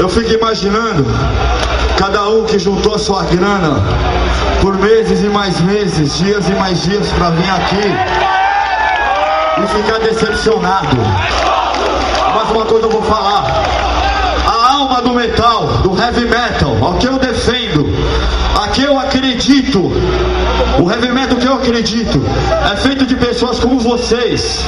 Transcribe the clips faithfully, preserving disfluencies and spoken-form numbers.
Eu fico imaginando cada um que juntou a sua grana por meses e mais meses, dias e mais dias pra vir aqui e ficar decepcionado. Mas uma coisa eu vou falar: a alma do metal, do heavy metal, ao que eu defendo, a que eu acredito, o heavy metal que eu acredito é feito de pessoas como vocês.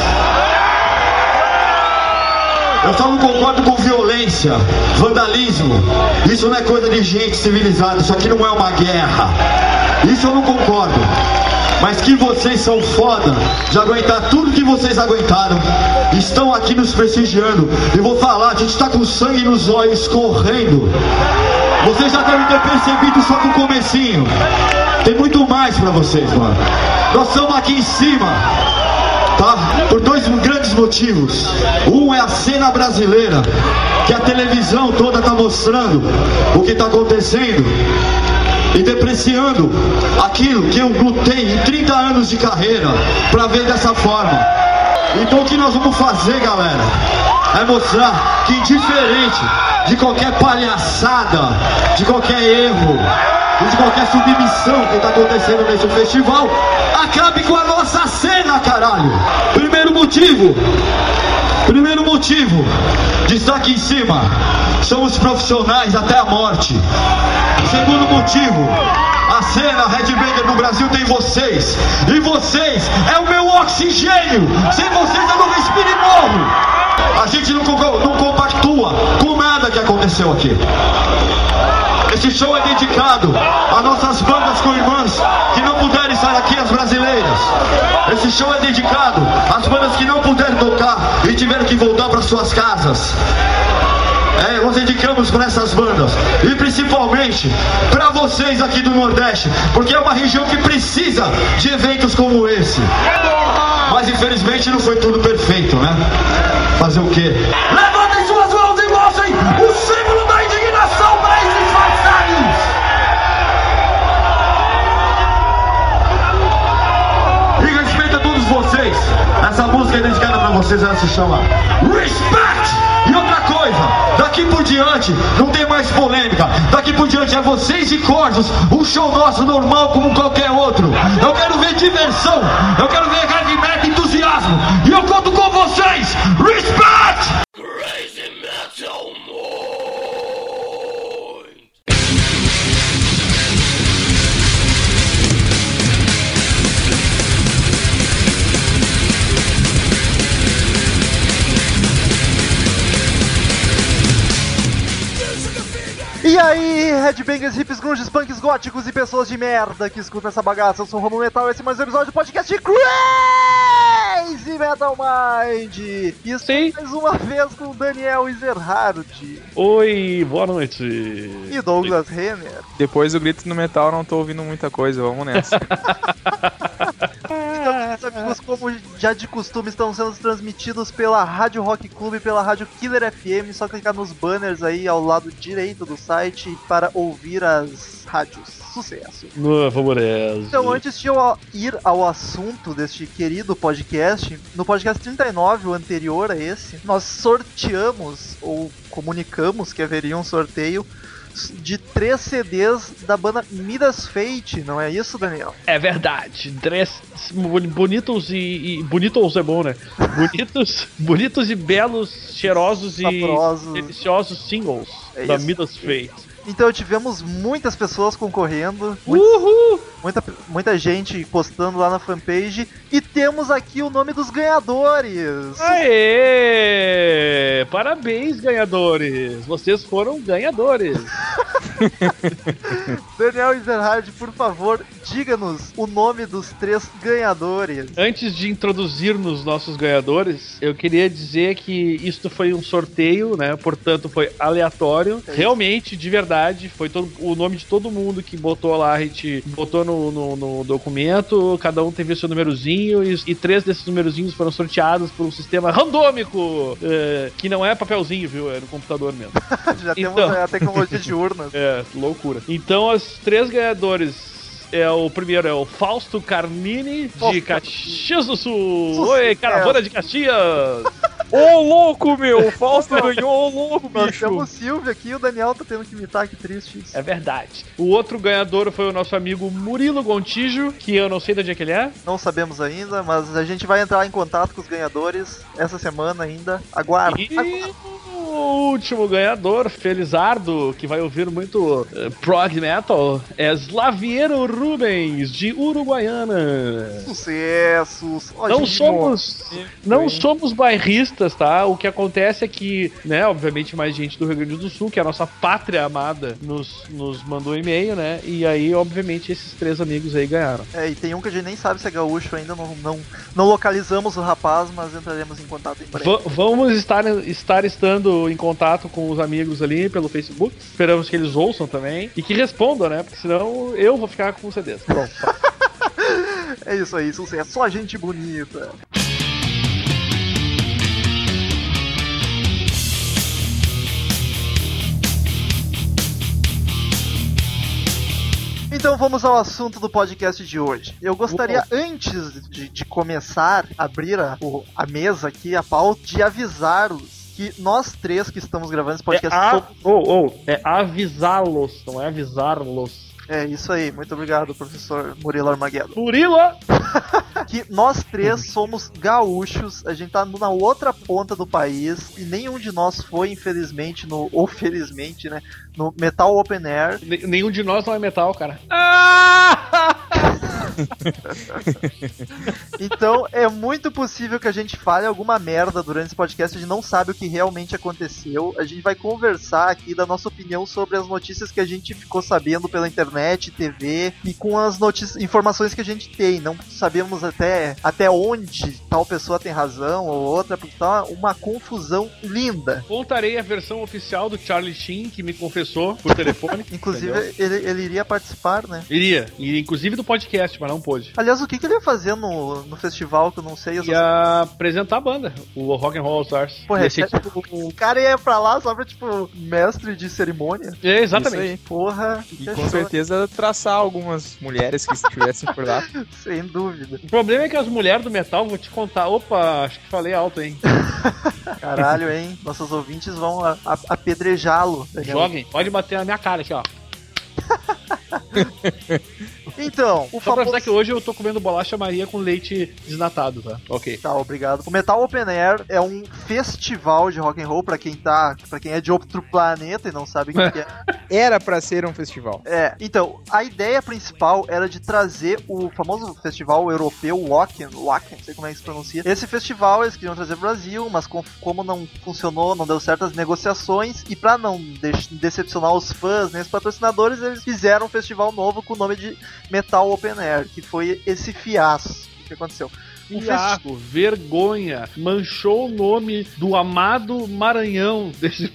Eu só não concordo com violência, vandalismo. Isso não é coisa de gente civilizada. Isso aqui não é uma guerra. Isso eu não concordo. Mas que vocês são foda de aguentar tudo que vocês aguentaram. Estão aqui nos prestigiando. E vou falar, a gente tá com sangue nos olhos correndo. Vocês já devem ter percebido só com o comecinho. Tem muito mais pra vocês, mano. Nós estamos aqui em cima, tá? Por dois grandes motivos. Um é a cena brasileira, que a televisão toda tá mostrando o que tá acontecendo e depreciando aquilo que eu lutei em trinta anos de carreira pra ver dessa forma. Então o que nós vamos fazer, galera, é mostrar que, indiferente de qualquer palhaçada, de qualquer erro e de qualquer submissão que está acontecendo nesse festival, acabe com a nossa cena, caralho. Primeiro motivo, primeiro motivo de estar aqui em cima, somos profissionais até a morte. Segundo motivo, a cena Headbanger no Brasil tem vocês, e vocês é o meu oxigênio. Sem vocês eu não respiro e morro. A gente não, não compactua com nada que aconteceu aqui. Esse show é dedicado a nossas bandas co-irmãs que não puderam estar aqui, as brasileiras. Esse show é dedicado às bandas que não puderam tocar e tiveram que voltar para suas casas. É, nós dedicamos para essas bandas e principalmente para vocês aqui do Nordeste, porque é uma região que precisa de eventos como esse. Mas infelizmente não foi tudo perfeito, né? Fazer o quê? Levantem suas mãos e mostrem o símbolo da indignação para esses vassalos! E respeito a todos vocês. Essa música é dedicada para vocês, ela se chama Respect! E outra coisa, daqui por diante não tem mais polêmica. Daqui por diante é vocês e Corsos, um show nosso normal como qualquer outro. Eu quero ver diversão, eu quero ver heavy metal, entusiasmo. E eu conto com vocês. Respect! Crazy Metal Mode. E aí, headbangers, hips, grunges, punks, góticos e pessoas de merda que escutam essa bagaça. Eu sou o Romulo Metal, esse é mais um episódio do podcast de Crazy Metal Mind. E Sim. mais uma vez com o Daniel Ezerhard. Oi, boa noite. E Douglas Renner. Depois do grito no metal, não tô ouvindo muita coisa, vamos nessa. Então, amigos, como já de costume, estão sendo transmitidos pela Rádio Rock Club e pela Rádio Killer F M. Só clicar nos banners aí ao lado direito do site para ouvir as rádios. Sucesso. No, vamos nessa. Então, antes de eu ir ao assunto deste querido podcast, no podcast trinta e nove, o anterior a esse, nós sorteamos, ou comunicamos que haveria um sorteio de três C Ds da banda Midas Fate, não é isso, Daniel? É verdade, três bonitos e, e bonitos é bom, né? Bonitos, bonitos e belos, cheirosos Saborosos. E deliciosos singles É da isso. Midas Fate. Então tivemos muitas pessoas concorrendo, Uhul! muita, muita gente postando lá na fanpage, e temos aqui o nome dos ganhadores. Aê! Parabéns, ganhadores! Vocês foram ganhadores! Daniel Ezerhard, por favor, diga-nos o nome dos três ganhadores. Antes de introduzir nos nossos ganhadores, eu queria dizer que isto foi um sorteio, né? Portanto, foi aleatório. É Realmente, de verdade, foi todo, o nome de todo mundo que botou lá, a gente botou no, no, no documento, cada um teve o seu númerozinho, e, e três desses númerozinhos foram sorteados por um sistema randômico, é, que não é papelzinho, viu? É no computador mesmo. Já Então. temos a tecnologia de urnas. É, loucura. Então, os três ganhadores. É, o primeiro é o Fausto Carnini, Fausto de Caxias do Sul. Sucesso. Oi, caravana de Caxias. Ô, louco, meu! O Fausto ganhou, ô, louco, Nós bicho! temos o Silvio aqui e o Daniel tá tendo que imitar, que triste isso. É verdade. O outro ganhador foi o nosso amigo Murilo Gontijo, que eu não sei de onde é que ele é. Não sabemos ainda, mas a gente vai entrar em contato com os ganhadores essa semana ainda. Aguarda. E o último ganhador, Felizardo, que vai ouvir muito uh, prog metal, é Slaviero Rubens, de Uruguaiana. Sucessos. Ó, Não gente, somos, não somos bairristas, tá? O que acontece é que, né, obviamente mais gente do Rio Grande do Sul, que é a nossa pátria amada, nos, nos mandou e-mail, né? E aí, obviamente, esses três amigos aí ganharam. É, e tem um que a gente nem sabe se é gaúcho ainda, não, não, não localizamos o rapaz, mas entraremos em contato em breve. V- vamos estar, estar estando em contato com os amigos ali pelo Facebook. Esperamos que eles ouçam também e que respondam, né? Porque senão eu vou ficar com C Ds. Pronto. É isso aí, sucesso. Só gente bonita. Então vamos ao assunto do podcast de hoje. Eu gostaria, Uou. antes de, de começar a abrir a, o- a mesa aqui, a pauta, de avisá-los que nós três que estamos gravando esse É, podcast a... somos... oh, oh, é avisá-los, não é avisá-los. É isso aí, muito obrigado, professor Murilo Armageddon. Murila! Que nós três somos gaúchos, a gente tá na outra ponta do país e nenhum de nós foi, infelizmente, no, ou felizmente, né, no Metal Open Air. N- nenhum de nós não é metal, cara. Ah! Então é muito possível que a gente fale alguma merda durante esse podcast, a gente não sabe o que realmente aconteceu. A gente vai conversar aqui da nossa opinião sobre as notícias que a gente ficou sabendo pela internet, T V e com as notícias, informações que a gente tem. Não sabemos até, até onde tal pessoa tem razão ou outra, porque tá uma confusão linda. Voltarei à versão oficial do Charlie Sheen, que me confessou por telefone. Inclusive ele, ele iria participar, né? Iria, iria, inclusive do podcast, mas não pôde. Aliás, o que, que ele ia fazer no, no festival que eu não sei? Eu só Ia apresentar a banda, o Rock and Roll All Stars. Porra, Ia é ser sério? tipo- O cara ia pra lá só pra, tipo, mestre de cerimônia. É, exatamente. Isso aí. Porra, E que com show. certeza traçar algumas mulheres que estivessem por lá. Sem dúvida. O problema é que as mulheres do metal, vou te contar. Opa, acho que falei alto, hein? Caralho, hein? Nossos ouvintes vão a- a- apedrejá-lo. Daniel. Joguem, pode bater na minha cara aqui, ó. Então, o Só pra famoso... avisar que hoje eu tô comendo bolacha Maria com leite desnatado, tá? Ok. Tá, obrigado. O Metal Open Air é um festival de rock and roll pra quem tá, para quem é de outro planeta e não sabe o que, que é. Era pra ser um festival. É, então, a ideia principal era de trazer o famoso festival europeu Wacken, Wacken, não sei como é que se pronuncia. Esse festival eles queriam trazer pro Brasil, mas com- como não funcionou, não deu certo as negociações, e pra não de- decepcionar os fãs, nem os patrocinadores, eles fizeram um festival novo com o nome de Metal Open Air, que foi esse fiasco que aconteceu. O festi- Fiasco, vergonha, manchou o nome do amado Maranhão desse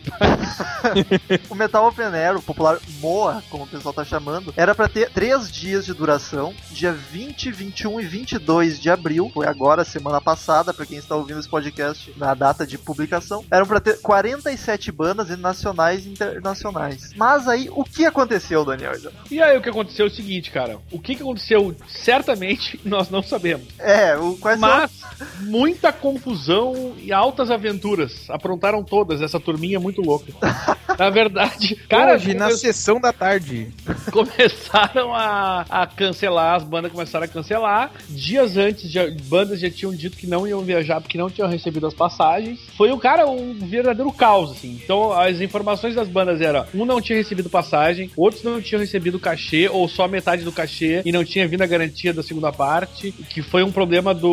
país. O Metal Open Air, o popular M O A, como o pessoal tá chamando, era pra ter três dias de duração, dia vinte, vinte e um e vinte e dois de abril, foi agora, semana passada, pra quem está ouvindo esse podcast na data de publicação. Eram pra ter quarenta e sete bandas nacionais e internacionais. Mas aí, o que aconteceu, Daniel? E aí o que aconteceu é o seguinte, cara. O que, que aconteceu, certamente, nós não sabemos. É, o quais são- Mas muita confusão e altas aventuras. Aprontaram todas, essa turminha é muito louca. Na verdade, cara, Hoje, na come- sessão da tarde. começaram a, a cancelar, as bandas começaram a cancelar. Dias antes, já, bandas já tinham dito que não iam viajar porque não tinham recebido as passagens. Foi o cara um verdadeiro caos, assim. Então, as informações das bandas eram: um não tinha recebido passagem, outros não tinham recebido cachê, ou só metade do cachê, e não tinha vindo a garantia da segunda parte, que foi um problema do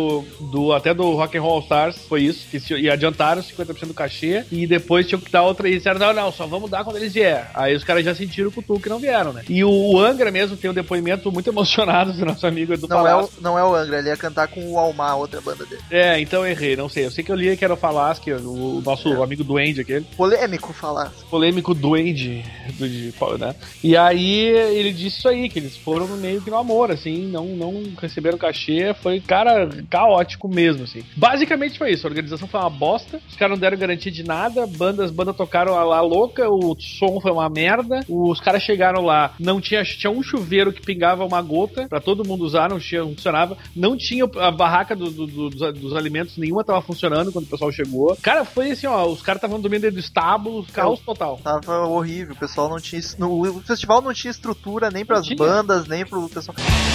do até do Rock and Roll All Stars, foi isso, que se, e adiantaram cinquenta por cento do cachê, e depois tinham que dar outra, e disseram, não, não, só vamos dar quando eles vierem. Aí os caras já sentiram o cutuco que não vieram, né? E o Angra mesmo tem um depoimento muito emocionado do nosso amigo Edu Não é, o, Palácio. não é o Angra, ele ia cantar com o Almar, outra banda dele. É, então eu errei, não sei. Eu sei que eu li que era o Falasque, o, o nosso É. amigo Duende, aquele Polêmico falar. polêmico Duende, do, de, né? E aí ele disse isso aí, que eles foram meio que no amor, assim, não, não receberam cachê, foi, cara, cara caótico mesmo, assim. Basicamente foi isso, a organização foi uma bosta, os caras não deram garantia de nada, bandas, bandas tocaram lá louca, o som foi uma merda, os caras chegaram lá, não tinha, tinha um chuveiro que pingava uma gota pra todo mundo usar, não, tinha, não funcionava, não tinha a barraca do, do, do, dos, dos alimentos, nenhuma tava funcionando quando o pessoal chegou. Cara, foi assim, ó, os caras estavam dormindo dentro do estábulo, caos total. Tava horrível, o pessoal não tinha, no, o festival não tinha estrutura nem pras tinha. bandas, nem pro pessoal.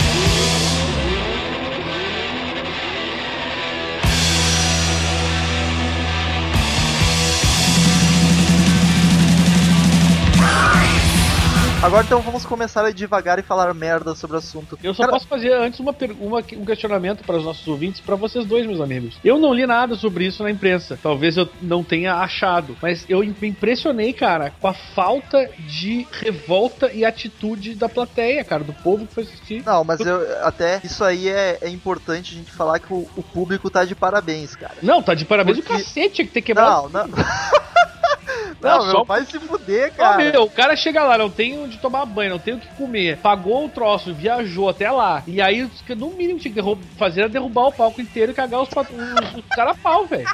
Agora então vamos começar a ir devagar e falar merda sobre o assunto. Eu só Cara... posso fazer antes uma, uma, um questionamento para os nossos ouvintes, para vocês dois, meus amigos. Eu não li nada sobre isso na imprensa. Talvez eu não tenha achado. Mas eu me impressionei, cara, com a falta de revolta e atitude da plateia, cara, do povo que foi assistir. Não, mas eu, até isso aí é, é importante a gente falar que o, o público tá de parabéns, cara. Não, tá de parabéns. Porque... o cacete tinha que ter quebrado. Não, não... Não, não, meu, vai se fuder, cara. Não, meu, o cara chega lá, não tem onde tomar banho, não tem o que comer, pagou o troço, viajou até lá, e aí, no mínimo, tinha que derrub- fazer era derrubar o palco inteiro e cagar os, pat- os, os caras a pau, velho.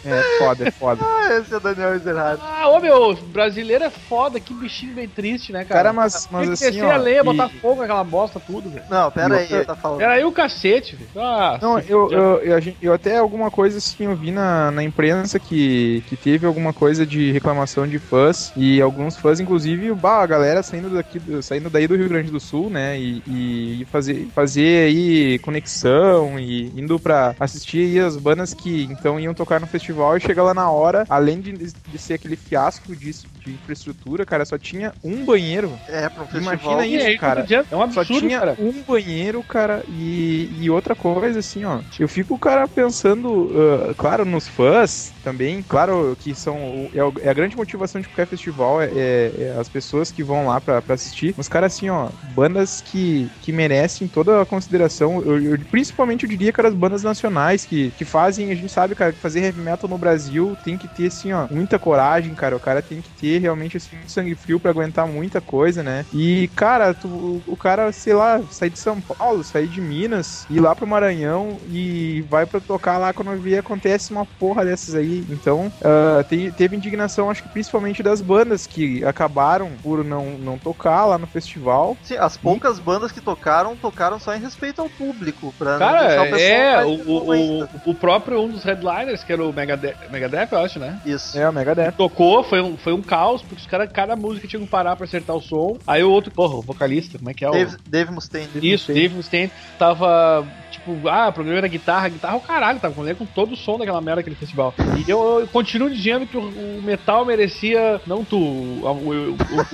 É foda, é foda. Ah, esse é o Daniel Ezerhard. Ah, ô meu, brasileiro é foda, que bichinho bem triste, né, cara? Cara, mas, mas tem que assim, descer ó, a lenha, e... botar fogo naquela bosta, tudo, velho. Não, pera E aí, eu- tá falando. Era aí o cacete, velho. Ah, Não, eu, eu, eu, a gente- eu até alguma coisa assim, eu vi na, na imprensa que, que teve alguma coisa de reclamação de fãs, e alguns fãs, inclusive, bah, a galera saindo, daqui, do- saindo daí do Rio Grande do Sul, né, e, e fazer, fazer aí conexão, e indo pra assistir aí as bandas que então iam tocar no festival, e chega lá na hora, além de, de ser aquele fiasco de, de infraestrutura, cara, só tinha um banheiro. É, pra um festival. Imagina E isso, aí, cara. É um absurdo, Só tinha cara. um banheiro, cara, e, e outra coisa, assim, ó. Eu fico, cara, pensando, uh, claro, nos fãs também, claro que são. É, o- é a grande motivação de qualquer festival, é, é- é as pessoas que vão lá pra, pra assistir. Mas, cara, assim, ó, bandas que, que merecem toda a consideração, eu, eu- principalmente eu diria, cara, as bandas nacionais que, que fazem, a gente sabe, cara, que fazer heavy metal no Brasil tem que ter, assim, ó, muita coragem, cara. O cara tem que ter realmente, assim, um sangue frio pra aguentar muita coisa, né? E, cara, tu, o, o cara, sei lá, sair de São Paulo, sair de Minas, ir lá pro Maranhão e vai pra tocar lá quando vê acontece uma porra dessas aí. Então, ah, tem- teve indignação, acho que principalmente das bandas que acabaram por não, não tocar lá no festival. Sim, as poucas bandas que tocaram, tocaram só em respeito ao público. Pra não Cara, deixar o pessoal é, mais o, nervoso o, ainda. o, o próprio um dos headliners, que era o Megadeth, Megadeth eu acho, né? Isso. É, o Megadeth. Tocou, foi um, foi um caos, porque os caras, cada música tinha que parar pra acertar o som. Aí o outro, porra, o vocalista, como é que é o... Dave, Dave Mustaine. Isso, Dave Mustaine tava, tipo, ah, o problema era guitarra, guitarra o caralho, tava com com todo o som daquela merda daquele festival. E eu, eu continuo dizendo que o, o metal merecia, não tu, o, o, o,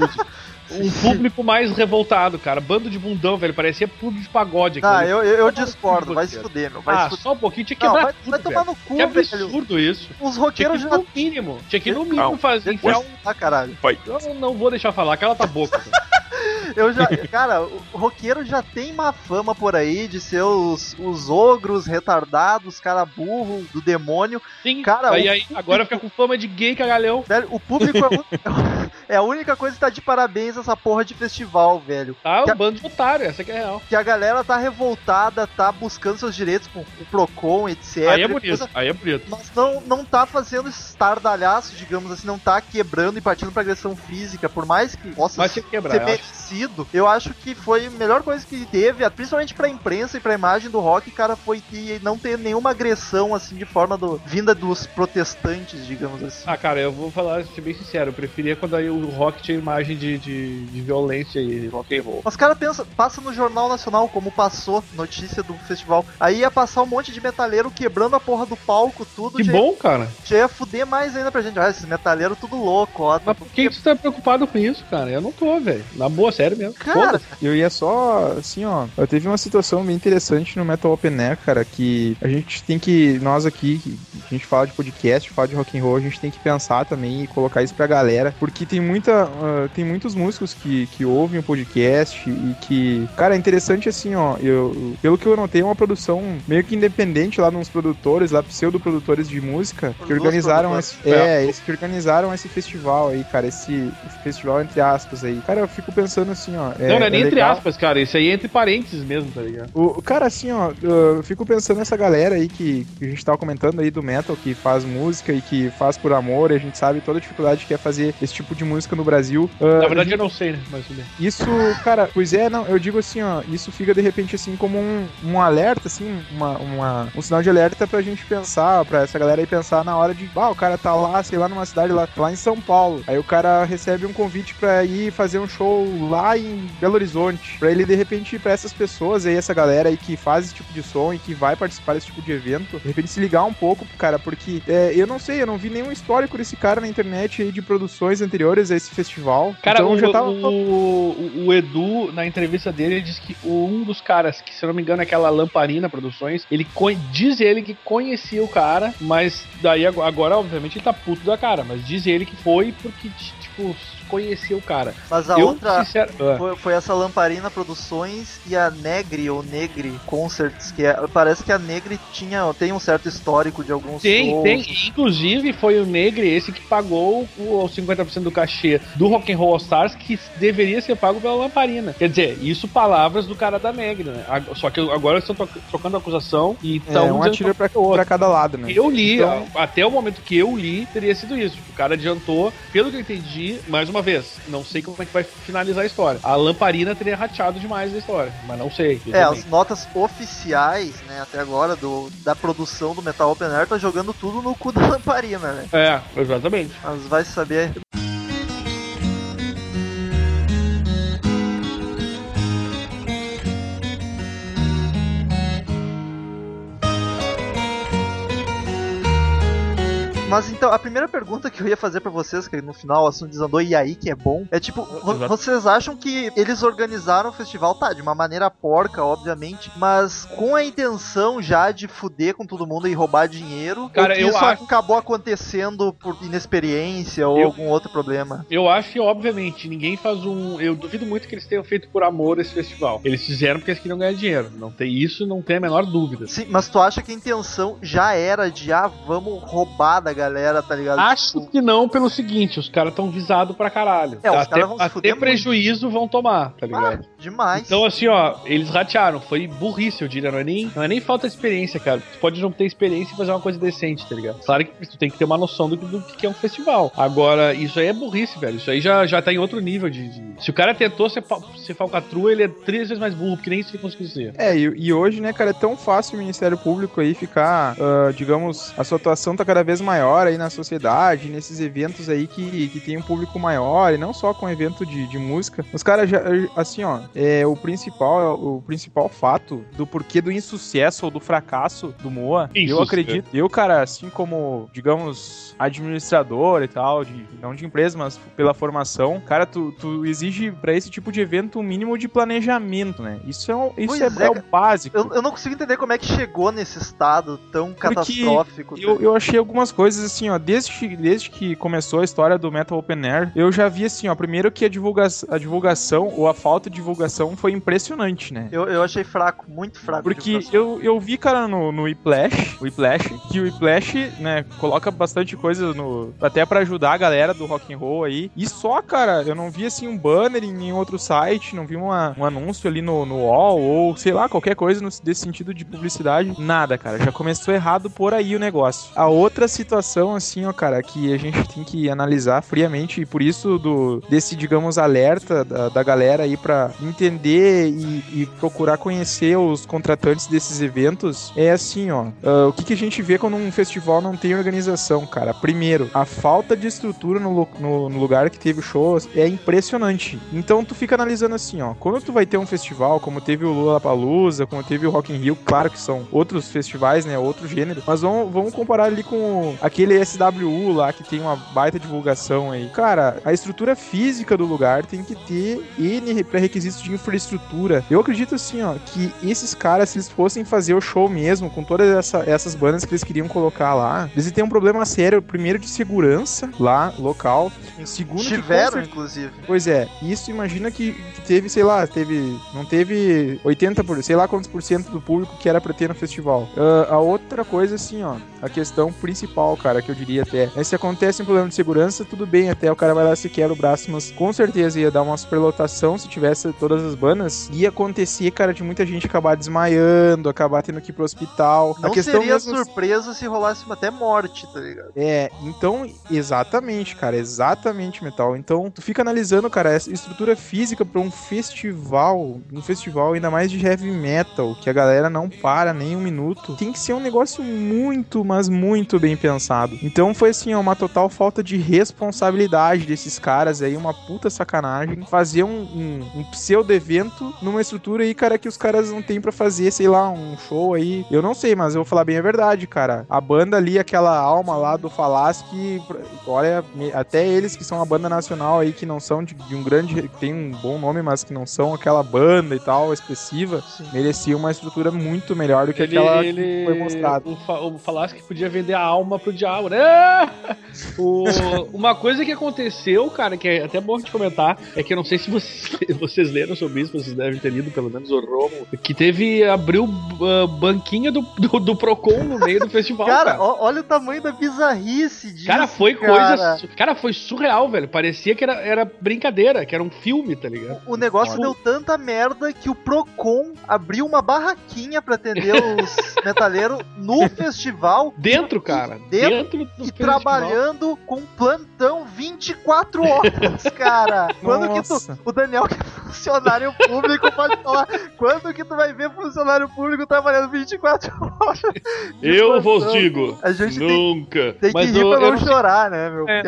o, um público mais revoltado, cara. Bando de bundão, velho, parecia público de pagode aqui. Ah, eu, eu, eu discordo, vai se fuder, meu. Vai Ah, se fuder. só um pouquinho, tinha que Não, quebrar vai, tudo, vai tomar velho. no cu, Que velho. absurdo isso. Os Tinha roqueiros que já. no mínimo, tinha que no mínimo fazer, enfiar um... Ah, caralho. Eu não- não vou deixar falar, cala tua boca. velho. Eu já, cara, o roqueiro já tem uma fama por aí de ser os, os ogros retardados, cara burro, do demônio. Sim, Cara, aí, o- aí, agora fica com fama de gay cagalhão. Velho, o público é, o- é a única coisa que tá de parabéns essa porra de festival, velho. Tá, Que um a- bando de otário, essa que é a real. Que a galera tá revoltada, tá buscando seus direitos com o Procon, etcétera. Aí é bonito, aí é bonito. Mas não, não tá fazendo estardalhaço, digamos assim, não tá quebrando e partindo pra agressão física, por mais que possa Mas tinha que quebrar, ser eu acho. merecido. Eu acho que foi a melhor coisa que teve, principalmente pra imprensa e pra imagem do rock, cara, foi que não ter nenhuma agressão, assim, de forma do, vinda dos protestantes, digamos assim. Ah, cara, eu vou falar, ser bem sincero, eu preferia quando aí o rock tinha imagem de, de, de violência e rock and roll. Mas cara pensa, passa no Jornal Nacional, como passou, notícia do festival. Aí ia passar um monte de metaleiro quebrando a porra do palco, tudo. Que já, bom, cara. já ia fuder mais ainda pra gente. Ah, esses metaleiros tudo louco, ó. Mas por que que você tá preocupado com isso, cara? Eu não tô, velho. Na boa, sério mesmo. Cara, Foda-se. Eu ia só, assim, ó, eu teve uma situação bem interessante no Metal Open Air, cara, que a gente tem que, nós aqui, que a gente fala de podcast, fala de rock and roll, a gente tem que pensar também e colocar isso pra galera, porque tem muita, uh, tem muitos músicos que, que ouvem o podcast e que, cara, é interessante assim, ó, eu, pelo que eu notei, é uma produção meio que independente lá nos produtores, lá pseudo-produtores de música, que organizaram esse, é, eles que organizaram esse festival aí, cara, esse, esse festival entre aspas aí. Cara, eu fico pensando assim, ó. É, não, não é nem é entre legal. aspas, cara, isso aí é entre parênteses mesmo, tá ligado? O, cara, assim, ó, eu fico pensando nessa galera aí que, que a gente tava comentando aí do metal, que faz música e que faz por amor, e a gente sabe toda a dificuldade que é fazer esse tipo de música no Brasil. Uh, Na verdade gente, eu não sei, né, mas tudo bem. Isso, cara, pois é, não, eu digo assim, ó, isso fica de repente assim como um, um alerta, assim, uma, uma, um sinal de alerta pra gente pensar, pra essa galera aí pensar na hora de, ah, o cara tá lá, sei lá, numa cidade lá, lá em São Paulo, aí o cara recebe um convite pra ir fazer um show lá em Belo Horizonte, pra ele de repente ir pra essas pessoas aí, essa galera aí que faz esse tipo de som e que vai participar desse tipo de evento, de repente se ligar um pouco, cara, porque é, eu não sei, eu não vi nenhum histórico desse cara na internet aí de produções anteriores a esse festival. Cara, então, o, já tava... o, o, o Edu, na entrevista dele, ele disse que um dos caras, que se eu não me engano é aquela Lamparina Produções, ele diz ele que conhecia o cara, mas daí agora, obviamente, ele tá puto da cara, mas diz ele que foi porque, tipo, conhecia o cara. Mas a eu, outra sincero... foi, foi essa Lamparina Produções e a Negri ou Negri Concerts, que é, parece que a Negri tinha, tem um certo histórico de alguns tem, shows. Tem, inclusive foi o Negri esse que pagou o cinquenta por cento do cachê do Rock and Roll All Stars, que deveria ser pago pela Lamparina. Quer dizer, isso palavras do cara da Negri, né? Só que agora eles estão trocando acusação e estão... É, um atira pra, pra cada lado, né? Eu li, então... até o momento que eu li, teria sido isso. O cara adiantou, pelo que eu entendi, mais uma vez, não sei como é que vai finalizar a história. A Lamparina teria rateado demais a história, mas não sei. É, as notas oficiais, né, até agora, do, da produção do Metal Open Air, tá jogando tudo no cu da Lamparina, né? É, exatamente. Mas vai saber... Mas então, a primeira pergunta que eu ia fazer pra vocês, que no final o assunto desandou e aí que é bom, é tipo, Exato. Vocês acham que eles organizaram o festival, tá, de uma maneira porca, obviamente, mas com a intenção já de fuder com todo mundo e roubar dinheiro? Cara, ou que eu isso acho... acabou acontecendo por inexperiência ou eu... algum outro problema? Eu acho que, obviamente, ninguém faz um... Eu duvido muito que eles tenham feito por amor esse festival. Eles fizeram porque eles queriam ganhar dinheiro. Não tem isso, não tem a menor dúvida. Sim, mas tu acha que a intenção já era de, ah, vamos roubar da galera, tá ligado? Acho tipo... que não, pelo seguinte, os caras estão visados pra caralho. É, os até caras vão se até fuder prejuízo vão tomar, tá ligado? Ah, demais. Então, assim, ó, eles ratearam. Foi burrice, eu diria. Não é nem, não é nem falta de experiência, cara. Tu pode não ter experiência e fazer uma coisa decente, tá ligado? Claro que tu tem que ter uma noção do, do que é um festival. Agora, isso aí é burrice, velho. Isso aí já, já tá em outro nível de... de... Se o cara tentou ser, ser falcatrua, ele é três vezes mais burro, porque nem isso ele conseguiu ser. É, e, e hoje, né, cara, é tão fácil o Ministério Público aí ficar, uh, digamos, a sua atuação tá cada vez maior aí na sociedade, nesses eventos aí que, que tem um público maior, e não só com evento de, de música. Os caras já, assim, ó, é o principal, o principal fato do porquê do insucesso ou do fracasso do Moa, Isso, eu acredito, eu, cara, assim como, digamos, administrador e tal, de, não de empresa, mas pela formação, cara, tu, tu exige pra esse tipo de evento um mínimo de planejamento, né? Isso é, um, isso é, é, é o básico. Eu, eu não consigo entender como é que chegou nesse estado tão Porque catastrófico. Eu, eu achei algumas coisas assim, ó, desde, desde que começou a história do Metal Open Air, eu já vi assim, ó, primeiro que a, divulga a divulgação, ou a falta de divulgação foi impressionante, né? Eu, eu achei fraco, muito fraco. Porque eu, eu vi, cara, no, no Whiplash, Whiplash, que o Whiplash, né, coloca bastante coisa no, até pra ajudar a galera do rock and roll aí, e só, cara, eu não vi assim um banner em nenhum outro site, não vi uma, um anúncio ali no, no wall, ou sei lá, qualquer coisa no, desse sentido de publicidade, nada, cara, já começou errado por aí o negócio. A outra situação, assim, ó, cara, que a gente tem que analisar friamente, e por isso do, desse, digamos, alerta da, da galera aí pra entender e, e procurar conhecer os contratantes desses eventos, é assim, ó, uh, o que, que a gente vê quando um festival não tem organização, cara? Primeiro, a falta de estrutura no, no, no lugar que teve o show é impressionante. Exatamente. Então tu fica analisando assim, ó, quando tu vai ter um festival, como teve o Lollapalooza, como teve o Rock in Rio, claro que são outros festivais, né, outro gênero, mas vamos, vamos comparar ali com aquele S W U lá, que tem uma baita divulgação aí. Cara, a estrutura física do lugar tem que ter N pré-requisitos de infraestrutura. Eu acredito assim, ó, que esses caras, se eles fossem fazer o show mesmo, com todas essa, essas bandas que eles queriam colocar lá, eles têm um problema sério, primeiro de segurança lá, local, segundo Tiveram, que... inclusive. Pois é, isso imagina que, que teve, sei lá, teve, não teve oitenta por cento, sei lá quantos por cento do público que era pra ter no festival. Uh, a outra coisa, assim, ó, a questão principal, cara, que eu diria até, é se acontece um problema de segurança, tudo bem, até o cara vai lá se quebra o braço, mas com certeza ia dar uma superlotação se tivesse todas as bandas, ia acontecer, cara, de muita gente acabar desmaiando, acabar tendo que ir pro hospital. Não a questão seria mesmo... surpresa se rolasse até morte, tá ligado? É, então, exatamente, cara, exatamente, Metal. Então, tu fica analisando, cara, essa estrutura física pra um festival, um festival ainda mais de heavy metal, que a galera não para nem um minuto, tem que ser um negócio muito, mas muito bem pensado. Então foi assim, ó, uma total falta de responsabilidade desses caras aí, uma puta sacanagem, fazer um, um, um pseudo-evento numa estrutura aí, cara, que os caras não tem pra fazer, sei lá, um show aí. Eu não sei, mas eu vou falar bem a verdade, cara. A banda ali, aquela alma lá do Falasque, que, olha, até eles que são uma banda nacional aí, que não são de, de um grande, que tem um bom nome, mas que não são aquela banda e tal, expressiva, sim, mereciam uma estrutura muito melhor do que ele, aquela ele, que foi mostrada. O, fa, o Falasque podia vender a alma pro diabo, né? O, uma coisa que aconteceu, cara, que é até bom de comentar, é que eu não sei se vocês, vocês leram sobre isso, vocês devem ter lido, pelo menos o Romo, que teve, abriu uh, banquinha do, do, do Procon no meio do festival, cara. Cara, ó, olha o tamanho da bizarrice disso, cara, foi cara. coisa... Cara, foi surreal, velho. Parecia que era, era brincadeira, que era um filme, tá ligado? O negócio deu tanta merda que o Procon abriu uma barraquinha pra atender os metaleiros no festival. Dentro, cara. Dentro, dentro do e trabalhando com plantão vinte e quatro horas, cara. Quando que tu... O Daniel, que é funcionário público, pode falar. Quando que tu vai ver funcionário público trabalhando vinte e quatro horas? Eu vos digo, a gente nunca. Tem, tem que Mas rir eu, pra não eu... chorar, né, meu? É.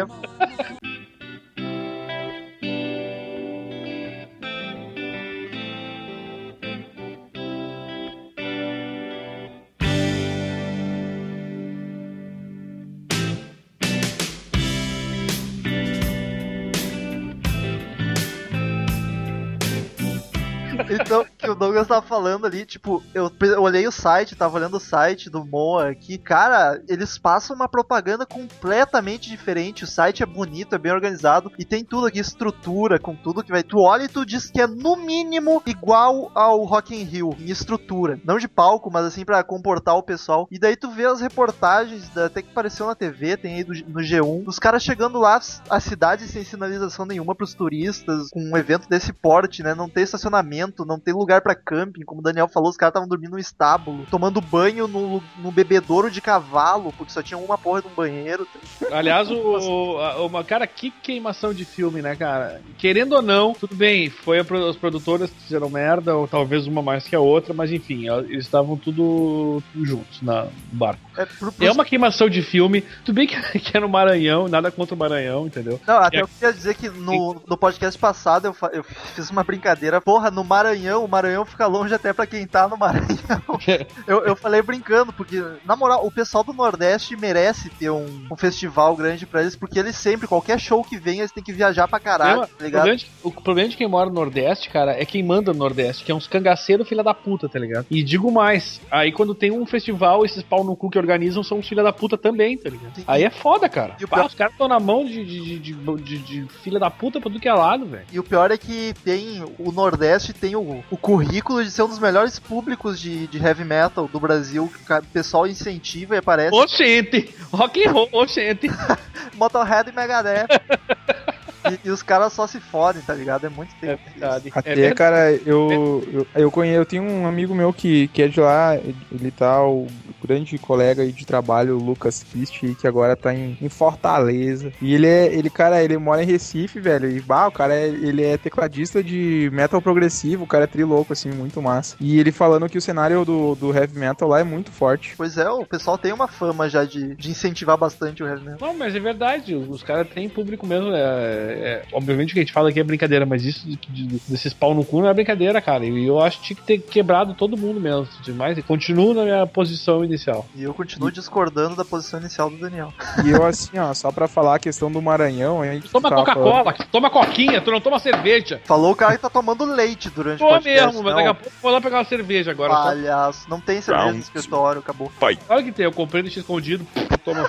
Então, que o Douglas tava falando ali, tipo, eu, eu olhei o site, tava olhando o site do Moa aqui, cara, eles passam uma propaganda completamente diferente, o site é bonito, é bem organizado, e tem tudo aqui, estrutura, com tudo que vai, tu olha e tu diz que é no mínimo igual ao Rock in Rio, em estrutura, não de palco, mas assim, pra comportar o pessoal, e daí tu vê as reportagens, até que apareceu na T V, tem aí do, no G um, os caras chegando lá, a cidade sem sinalização nenhuma pros turistas, com um evento desse porte, né, não tem estacionamento, não tem lugar pra camping, como o Daniel falou, os caras estavam dormindo no estábulo, tomando banho no, no bebedouro de cavalo, porque só tinha uma porra de um banheiro. Aliás, o, o, uma, cara, que queimação de filme, né, cara? Querendo ou não, tudo bem, foi a, as produtoras que fizeram merda, ou talvez uma mais que a outra, mas enfim, eles estavam tudo, tudo juntos na, no barco. É, pro, pro... é uma queimação de filme, tudo bem que, que é no Maranhão, nada contra o Maranhão, entendeu? Não, até é... eu queria dizer que no, no podcast passado eu, eu fiz uma brincadeira, porra, no Maranhão, o Maranhão fica longe até pra quem tá no Maranhão. eu, eu falei brincando, porque, na moral, o pessoal do Nordeste merece ter um, um festival grande pra eles, porque eles sempre, qualquer show que vem, eles têm que viajar pra caralho, é, tá ligado? O problema, de, o problema de quem mora no Nordeste, cara, é quem manda no Nordeste, que é uns cangaceiros filha da puta, tá ligado? E digo mais, aí quando tem um festival, esses pau no cu que organizam são uns filha da puta também, tá ligado? Sim. Aí é foda, cara. E Pá, pior... Os caras estão na mão de, de, de, de, de filha da puta pra tudo que é lado, velho. E o pior é que tem, o Nordeste tem o, o currículo de ser um dos melhores públicos de, de heavy metal do Brasil, que o pessoal incentiva e aparece. Oxente! Rock and roll, oxente! Motorhead e Megadeth. E, e os caras só se fodem, tá ligado? É muito tempo. É verdade. Até, é cara, eu, eu, eu conheço, eu tenho um amigo meu que, que é de lá, ele tá, o, grande colega aí de trabalho, o Lucas Christie, que agora tá em, em Fortaleza. E ele é, ele, cara, ele mora em Recife, velho. E, bah, o cara, é, ele é tecladista de metal progressivo, o cara é trilouco, assim, muito massa. E ele falando que o cenário do, do heavy metal lá é muito forte. Pois é, o pessoal tem uma fama já de, de incentivar bastante o heavy metal. Não, mas é verdade, os caras têm público mesmo. É, é, obviamente que a gente fala aqui é brincadeira, mas isso de, de, desses pau no cu não é brincadeira, cara. E eu acho que tinha que ter quebrado todo mundo mesmo. Demais. E continuo na minha posição inicial. E eu continuo discordando da posição inicial do Daniel. E eu, assim, ó, só pra falar a questão do Maranhão, a gente toma Coca-Cola, falando... toma coquinha, tu não toma cerveja. Falou o cara que tá tomando leite durante Tô o podcast. mesmo, mas daqui a pouco eu vou lá pegar uma cerveja agora. Palhaço, só... não tem cerveja Round. no escritório, acabou. Pai. Claro que tem, eu comprei deixei escondido. Toma.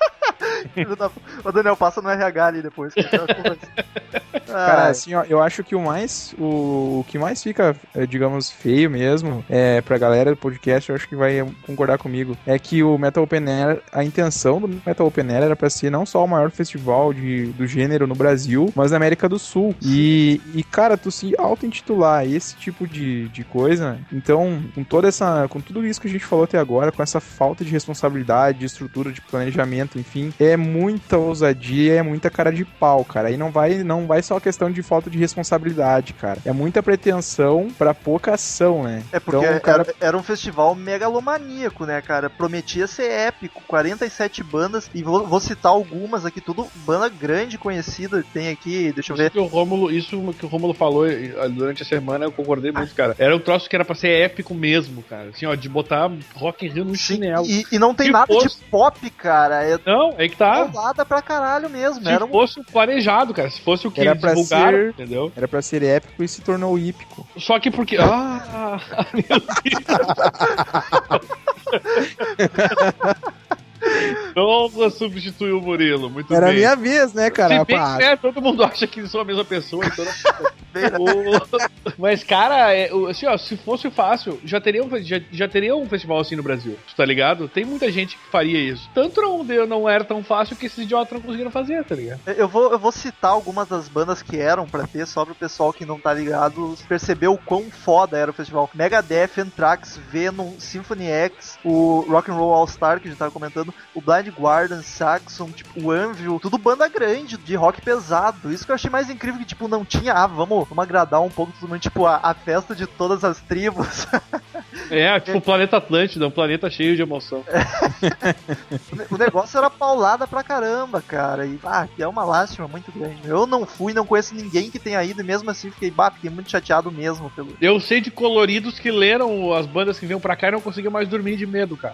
O Daniel passa no R H ali depois. Cara, assim, ó, eu acho que o mais o, o que mais fica, digamos, feio mesmo, é, pra galera do podcast, eu acho que vai concordar comigo, é que o Metal Open Air, a intenção do Metal Open Air era pra ser não só o maior festival de, do gênero no Brasil, mas na América do Sul. E, e cara, tu se auto-intitular esse tipo de, de coisa, então, com toda essa, com tudo isso que a gente falou até agora, com essa falta de responsabilidade, de estrutura, de planejamento, enfim, é muita ousadia, é muita cara de pau, cara. Aí não vai, não vai só questão de falta de responsabilidade, cara. É muita pretensão pra pouca ação, né? É porque então, cara... era, era um festival megalomaníaco, né, cara? Prometia ser épico, quarenta e sete bandas, e vou, vou citar algumas aqui, tudo banda grande, conhecida, tem aqui, deixa eu ver. Isso que o Rômulo, isso que o Rômulo falou durante a semana, eu concordei muito, cara. Era um troço que era pra ser épico mesmo, cara. Assim, ó, de botar Rock in Rio no Sim, chinelo. E, e não tem Se nada fosse... de pop, cara. É não, é que tá. Bolada pra caralho mesmo. Se era um... fosse o planejado, cara. Se fosse o que era eles pra divulgaram, ser... entendeu? Era pra ser épico e se tornou hípico. Só que porque... Ah, meu Deus. Nossa, substituiu o Murilo, muito Era bem. minha vez, né, cara? Se bem que, né, todo mundo acha que são a mesma pessoa, então... o... Mas, cara, é, assim, ó, se fosse fácil, já teria, um, já, já teria um festival assim no Brasil, tá ligado? Tem muita gente que faria isso. Tanto não, não era tão fácil que esses idiotas não conseguiram fazer, tá ligado? Eu vou, eu vou citar algumas das bandas que eram pra ter, só pro pessoal que não tá ligado perceber o quão foda era o festival. Megadeth, Anthrax, Venom, Symphony X, o Rock and Roll All Star, que a gente tava comentando, o Blind Guardian, Saxon, tipo, o Anvil, tudo banda grande, de rock pesado. Isso que eu achei mais incrível, que, tipo, não tinha, ah, vamos, vamos agradar um pouco todo mundo, tipo, a, a festa de todas as tribos. É, tipo, o planeta Atlântida, um planeta cheio de emoção. É. O negócio era paulada pra caramba, cara, e, ah, que é uma lástima muito grande. Eu não fui, não conheço ninguém que tenha ido, e mesmo assim fiquei, bah, fiquei muito chateado mesmo. Pelo... Eu sei de coloridos que leram as bandas que vinham pra cá e não conseguiam mais dormir de medo, cara.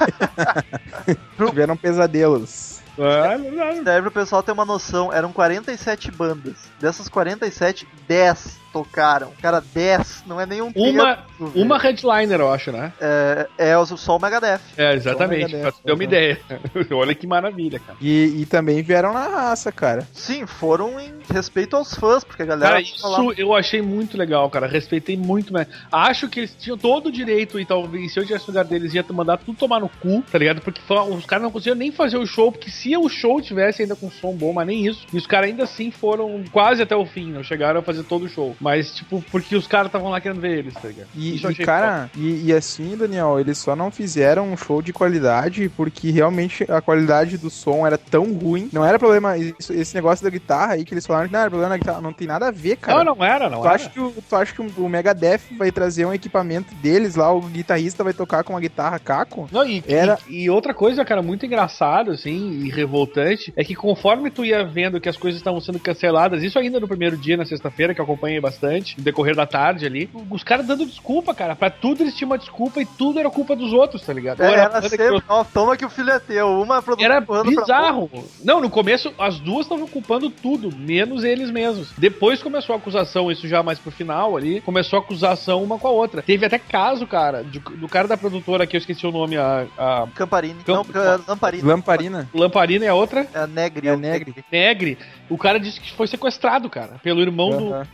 Tiveram pesadelos. É, daí pro pessoal ter uma noção, eram quarenta e sete bandas. Dessas quarenta e sete, dez tocaram. Cara, dez não é nenhum Uma, tempo, uma headliner, eu acho, né? É, é só o Megadeth. É, exatamente, Megadeth, pra tu ter uma uhum. ideia. Olha que maravilha, cara. E, e também vieram na raça, cara. Sim, foram em respeito aos fãs, porque a galera... Cara, isso lá... eu achei muito legal, cara. Respeitei muito, né? Acho que eles tinham todo o direito, e talvez se eu tivesse no lugar deles, ia mandar tudo tomar no cu, tá ligado? Porque os caras não conseguiam nem fazer o show, porque se o show tivesse ainda com som bom, mas nem isso. E os caras ainda assim foram quase até o fim, não chegaram a fazer todo o show. Mas, tipo, porque os caras estavam lá querendo ver eles, tá ligado? E, Isso eu e achei cara, e, e assim, Daniel, eles só não fizeram um show de qualidade porque realmente a qualidade do som era tão ruim. Não era problema, isso, esse negócio da guitarra aí que eles falaram que não era problema da guitarra, não tem nada a ver, cara. Não, não era, não tu era. Acha que o, tu acha que o Megadeth vai trazer um equipamento deles lá, o guitarrista vai tocar com uma guitarra caco? Não, e, era... e, e outra coisa, cara, muito engraçado, assim, e revoltante, é que conforme tu ia vendo que as coisas estavam sendo canceladas, isso ainda no primeiro dia, na sexta-feira, que eu acompanhei bastante, no decorrer da tarde ali, os caras dando desculpa, cara, pra tudo eles tinham uma desculpa e tudo era culpa dos outros, tá ligado? É, era era sempre, eu... ó, toma que o filho é teu, uma produção era bizarro. Pra... Não, no começo as duas estavam culpando tudo, menos eles mesmos. Depois começou a acusação, isso já mais pro final ali, começou a acusação uma com a outra. Teve até caso, cara, de, do cara da produtora que eu esqueci o nome, a... a... Camparini. Camp... Não, Lamparina. Lamparina. Lamparina é a outra? É a Negri. É a Negri. Negri. O cara disse que foi sequestrado, cara, pelo irmão uhum. do dono da,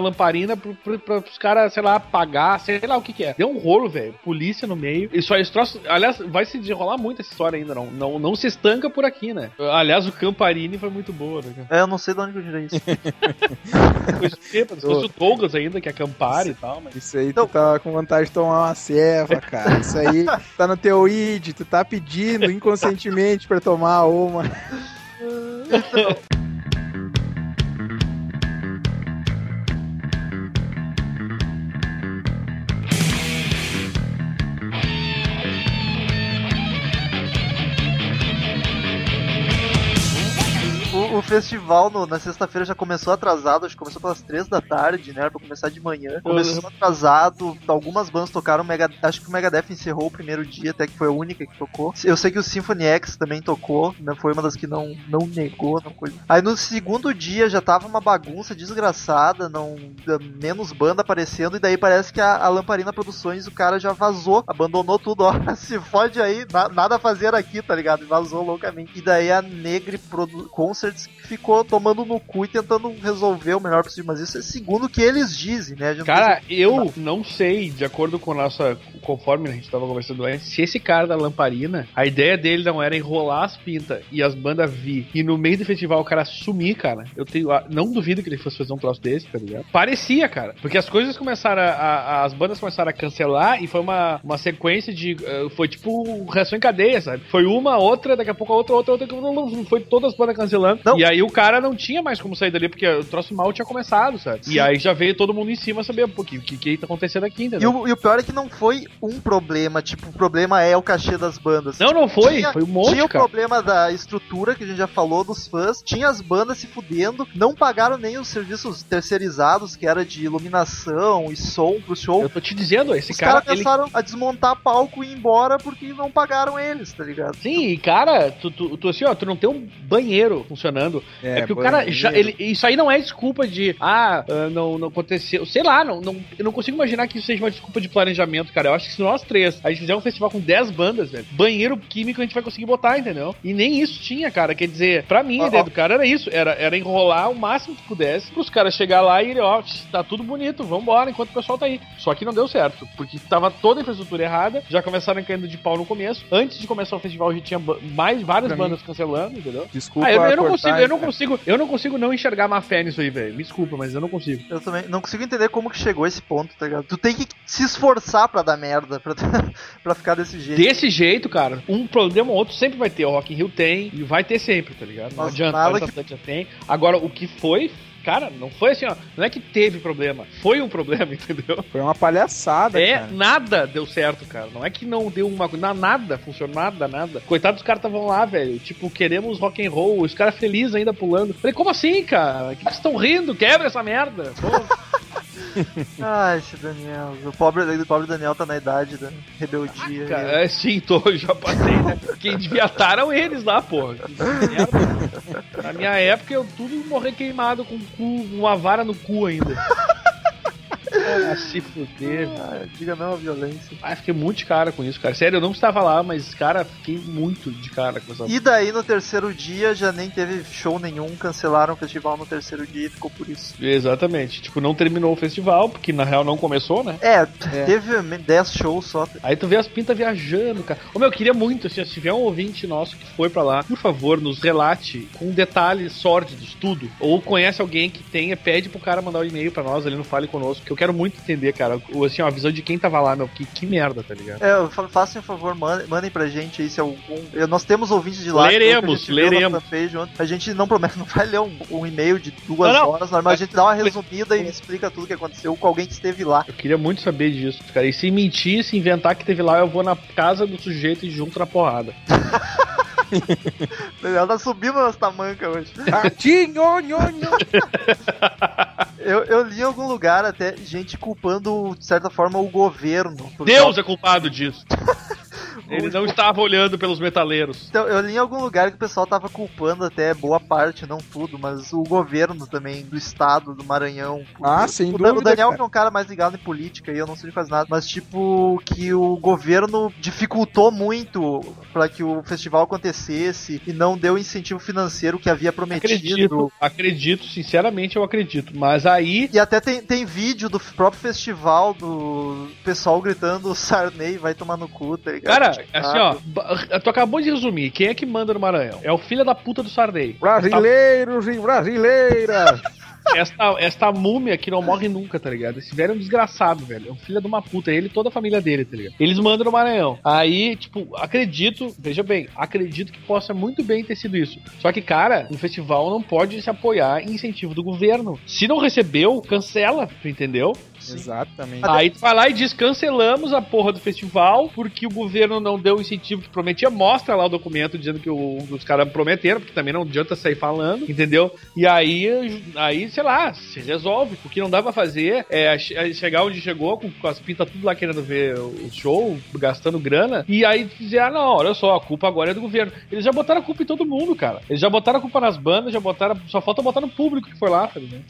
lamparina pro, pro, pra os caras, sei lá, pagar, sei lá o que que é. Deu um rolo, velho. Polícia no meio. Isso aí, esse troço, aliás, vai se desenrolar muito essa história ainda, não. Não, não se estanca por aqui, né? Aliás, o Camparini foi muito boa, né? É, eu não sei de onde que eu tirei isso. Foi isso tempo, se fosse o Douglas ainda, que é Campari e tal, mas... Isso aí então... tu tá com vontade de tomar uma ceva, cara. Isso aí tá no teu id, tu tá pedindo inconscientemente pra tomar uma. O, o festival no, na sexta-feira já começou atrasado, acho que começou pelas três da tarde, né? Pra começar de manhã. Começou atrasado, algumas bandas tocaram, Mega, acho que o Megadeth encerrou o primeiro dia, até que foi a única que tocou. Eu sei que o Symphony X também tocou, né? Foi uma das que não, não negou, não coisa. Aí no segundo dia já tava uma bagunça desgraçada, não, menos banda aparecendo, e daí parece que a, a Lamparina Produções, o cara já vazou, abandonou tudo, ó, se fode aí, na, nada a fazer aqui, tá ligado? Vazou loucamente. E daí a Negri Produ- Concerts ficou tomando no cu e tentando resolver o melhor possível, mas isso é segundo o que eles dizem, né? Cara, não eu não sei, de acordo com a nossa, conforme a gente tava conversando antes, se esse cara da Lamparina, a ideia dele não era enrolar as pintas e as bandas vir, e no meio do festival o cara sumir, cara. Eu tenho, não duvido que ele fosse fazer um troço desse, tá ligado? Parecia, cara, porque as coisas começaram a, a as bandas começaram a cancelar e foi uma, uma sequência de, uh, foi tipo reação em cadeia, sabe? Foi uma, outra, daqui a pouco a outra, outra, outra, outra, foi todas as bandas cancelando. Não. E aí o cara não tinha mais como sair dali, porque o troço mal tinha começado, sabe? Sim. E aí já veio todo mundo em cima saber o que, que, que tá acontecendo aqui, entendeu? E o, e o pior é que não foi um problema, tipo, o problema é o cachê das bandas. Não, tipo, não foi, tinha, foi um monte, Tinha cara. o problema da estrutura, que a gente já falou, dos fãs, tinha as bandas se fudendo, não pagaram nem os serviços terceirizados, que era de iluminação e som pro show. Eu tô te dizendo, esse os cara... Os caras começaram ele... a desmontar palco e ir embora porque não pagaram eles, tá ligado? Sim, cara, tu, tu, tu assim, ó, tu não tem um banheiro funcionando. É, é porque o cara já, ele, isso aí não é desculpa de ah, não, não aconteceu, sei lá, não, não, eu não consigo imaginar que isso seja uma desculpa de planejamento, cara. Eu acho que se nós três, a gente fizer um festival com dez bandas, velho, banheiro químico a gente vai conseguir botar, entendeu? E nem isso tinha, cara, quer dizer, pra mim a oh, ideia oh. do cara era isso, era, era enrolar o máximo que pudesse pros caras chegar lá e ele, ó, tá tudo bonito, vambora, enquanto o pessoal tá aí. Só que não deu certo, porque tava toda a infraestrutura errada, já começaram caindo de pau no começo, antes de começar o festival já tinha mais várias pra bandas mim. cancelando, entendeu? Desculpa, ah, eu, eu não consigo, eu não consigo, eu não consigo não enxergar má fé nisso aí, velho. Me desculpa, mas eu não consigo. Eu também não consigo entender como que chegou esse ponto, tá ligado? Tu tem que se esforçar pra dar merda, pra, pra ficar desse jeito. Desse jeito, cara, um problema ou outro sempre vai ter. O Rock in Rio tem e vai ter sempre, tá ligado? Não Nossa, adianta, que... já tem. Agora, o que foi... Cara, não foi assim, ó. Não é que teve problema. Foi um problema, entendeu? Foi uma palhaçada, É, cara. nada deu certo, cara. Não é que não deu uma coisa. Nada funcionou, nada, nada. Coitados dos caras estavam lá, velho. Tipo, queremos rock and roll. Os caras felizes ainda pulando. Falei, como assim, cara? O que vocês estão rindo? Quebra essa merda. Ai, esse Daniel. O pobre, o pobre Daniel tá na idade da rebeldia. Ah, cara, é, sim, tô, já passei, né? Quem devia estar eram eles lá, porra. Na minha época, eu tudo morrer queimado com cu, uma vara no cu ainda. Ah, se fuder. Ah, diga não à violência. Ah, fiquei muito de cara com isso, cara. Sério, eu não estava lá, mas, cara, fiquei muito de cara com essa... E daí, no terceiro dia, já nem teve show nenhum, cancelaram o festival no terceiro dia e ficou por isso. Exatamente. Tipo, não terminou o festival, porque na real não começou, né? É, é. teve dez shows só. Aí tu vê as pintas viajando, cara. Ô, meu, eu queria muito, assim, se tiver um ouvinte nosso que foi pra lá, por favor, nos relate com detalhes sórdidos, tudo. Ou conhece alguém que tenha, pede pro cara mandar um e-mail pra nós ali no Fale Conosco, que eu quero muito entender, cara, assim, ó, a visão de quem tava lá, meu, que, que merda, tá ligado? É, façam um favor, mandem, mandem pra gente aí se algum... Nós temos ouvintes de lá. Leremos, a leremos. Page, a gente não promete, não vai ler um, um e-mail de duas não, não. horas, mas a gente dá uma resumida e explica tudo que aconteceu com alguém que esteve lá. Eu queria muito saber disso, cara, e se mentir, se inventar que teve lá, eu vou na casa do sujeito e junto na porrada. Ela tá subindo nas tamancas hoje. eu, eu li em algum lugar até gente culpando, de certa forma, o governo. Deus é culpado disso. Ele não estava olhando pelos metaleiros. Então, eu li em algum lugar que o pessoal tava culpando até boa parte, não tudo, mas o governo também do estado do Maranhão. Ah, sem o, dúvida, o Daniel cara. que é um cara mais ligado em política e eu não sei de quase nada, mas tipo, que o governo dificultou muito pra que o festival acontecesse e não deu o incentivo financeiro que havia prometido. Acredito, acredito, sinceramente eu acredito, mas aí... E até tem, tem vídeo do próprio festival do pessoal gritando Sarney vai tomar no cu, tá ligado? Cara, Tipo, assim ó, ba- tu acabou de resumir, quem é que manda no Maranhão? É o filho da puta do Sarney. Brasileiros e brasileiras! Esta, esta múmia que não morre nunca, tá ligado? Esse velho é um desgraçado, velho. É um filho de uma puta. Ele e toda a família dele, tá ligado? Eles mandam no Maranhão. Aí, tipo, acredito, veja bem, acredito que possa muito bem ter sido isso. Só que, cara, um festival não pode se apoiar em incentivo do governo. Se não recebeu, cancela, tu entendeu? Sim. Exatamente. Aí tu vai lá e diz, cancelamos a porra do festival porque o governo não deu o incentivo que prometia. Mostra lá o documento dizendo que o, os caras prometeram, porque também não adianta sair falando, entendeu? E aí, aí, sei lá, se resolve. O que não dá pra fazer é chegar onde chegou, com, com as pintas tudo lá querendo ver o show, gastando grana, e aí dizer, ah não, olha só, a culpa agora é do governo. Eles já botaram a culpa em todo mundo, cara. Eles já botaram a culpa nas bandas, já botaram, só falta botar no público que foi lá, tá ligado?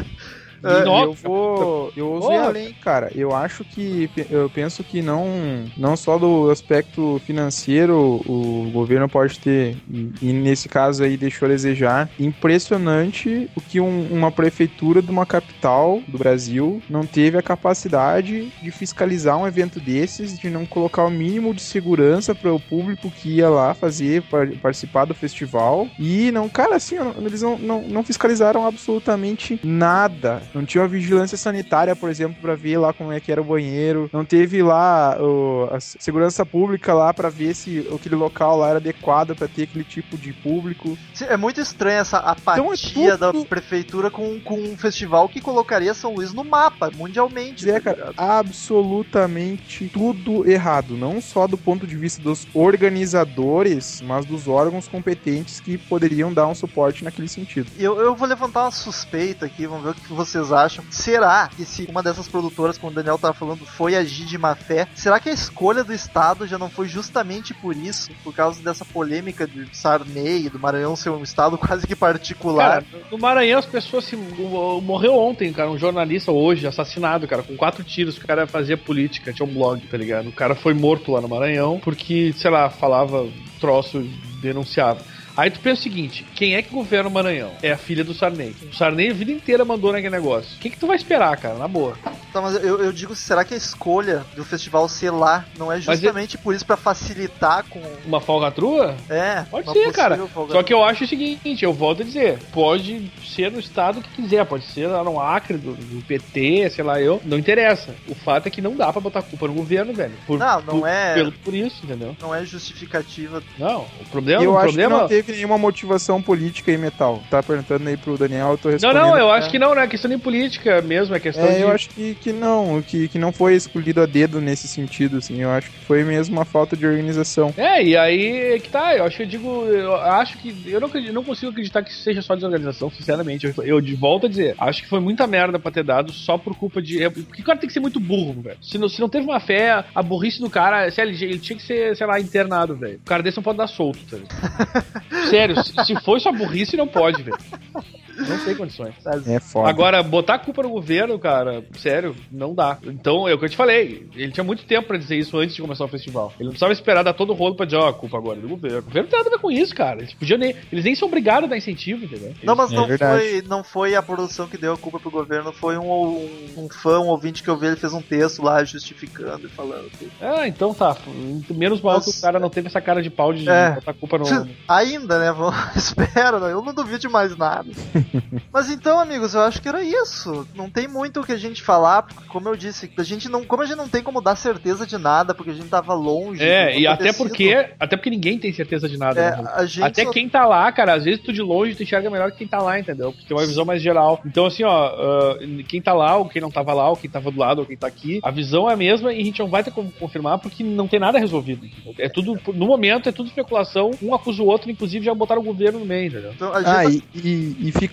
É, Nossa, eu vou, eu vou ir porra. além, cara. Eu acho que, eu penso que não, não só do aspecto financeiro o governo pode ter, e, e nesse caso aí deixou a desejar. Impressionante o que um- uma prefeitura de uma capital do Brasil não teve a capacidade de fiscalizar um evento desses, de não colocar o mínimo de segurança para o público que ia lá fazer, par- participar do festival. E não, cara, assim, ó, eles não, não, não fiscalizaram absolutamente nada. Não tinha uma vigilância sanitária, por exemplo, pra ver lá como é que era o banheiro. Não teve lá o, a segurança pública lá pra ver se aquele local lá era adequado pra ter aquele tipo de público. É muito estranha essa apatia Então é da tudo- prefeitura com, com um festival que colocaria São Luís no mapa, mundialmente. É, tá cara, ligado? absolutamente tudo errado. Não só do ponto de vista dos organizadores, mas dos órgãos competentes que poderiam dar um suporte naquele sentido. Eu, eu vou levantar uma suspeita aqui, vamos ver o que vocês acham. Será que se uma dessas produtoras, como o Daniel tava falando, foi agir de má fé, será que a escolha do Estado já não foi justamente por isso? Por causa dessa polêmica de Sarney, do Maranhão ser um Estado quase que particular? Cara, no Maranhão as pessoas se. o- Morreu ontem, cara, um jornalista hoje, assassinado, cara, com quatro tiros. O cara fazia política, tinha um blog, tá ligado? O cara foi morto lá no Maranhão porque, sei lá, falava troço, denunciava. Aí tu pensa o seguinte, quem é que governa o Maranhão? É a filha do Sarney. O Sarney a vida inteira mandou naquele negócio. O que que tu vai esperar, cara, na boa? Tá, mas eu, eu digo, será que a escolha do festival ser lá não é justamente por isso, pra facilitar com... Uma falcatrua? É, Pode uma ser, possível cara. folga- Só que eu acho o seguinte, eu volto a dizer, pode ser no estado que quiser, pode ser lá no Acre, do, do P T, sei lá eu, não interessa. O fato é que não dá pra botar culpa no governo, velho. Por, Não, não por- é- Pelo, por isso, entendeu? Não é justificativa. Não, o problema... eu o acho problema... que não teve nenhuma motivação política em Metal. Tá perguntando aí pro Daniel, eu tô Não, respondendo. não, eu acho que não, não é questão de política mesmo, é questão É, de... eu acho que, que não, que, que não foi escolhido a dedo nesse sentido, assim. Eu acho que foi mesmo uma falta de organização. É, e aí que tá, eu acho que eu digo, eu acho que, eu não, acredito- não consigo acreditar que seja só desorganização, sinceramente, eu, eu de volta a dizer, acho que foi muita merda pra ter dado só por culpa de, é, porque o cara tem que ser muito burro, velho, se não, se não teve uma fé, a burrice do cara, se ele, ele tinha que ser, sei lá, internado, velho, o cara desse não pode dar solto, tá ligado? Sério, se, se foi só burrice, não pode, velho. Não tem condições. É foda. Agora, botar a culpa no governo, cara, sério, não dá. Então, é o que eu te falei. Ele tinha muito tempo pra dizer isso antes de começar o festival. Ele não precisava esperar dar todo o rolo pra dizer, ó, a culpa agora é do governo. O governo não tem nada a ver com isso, cara. Eles podiam nem. Eles nem são obrigados a dar incentivo, entendeu? Não, mas É não, verdade. foi, não foi a produção que deu a culpa pro governo, foi um, um, um fã, um ouvinte que eu vi, ele fez um texto lá justificando e falando. Que... Ah, então tá. Menos mal Mas- que o cara não teve essa cara de pau de É. botar a culpa no. Ainda, né? Vamos... Espera, né? Eu não duvido de mais nada. Mas então, amigos, eu acho que era isso. Não tem muito o que a gente falar, porque, como eu disse, a gente não, como a gente não tem como dar certeza de nada, porque a gente tava longe. É, do e até acontecido. porque. Até porque ninguém tem certeza de nada. É, né? a gente Até só- quem tá lá, cara, às vezes tu de longe tu enxerga melhor que quem tá lá, entendeu? Porque tem uma visão mais geral. Então, assim, ó, ah, quem tá lá, ou quem não tava lá, ou quem tava do lado, ou quem tá aqui, a visão é a mesma e a gente não vai ter como confirmar porque não tem nada resolvido. Entendeu? É tudo, no momento, é tudo especulação, um acusa o outro, inclusive já botaram o governo no meio, entendeu? Então, a gente Ah, tá- e, e, e fica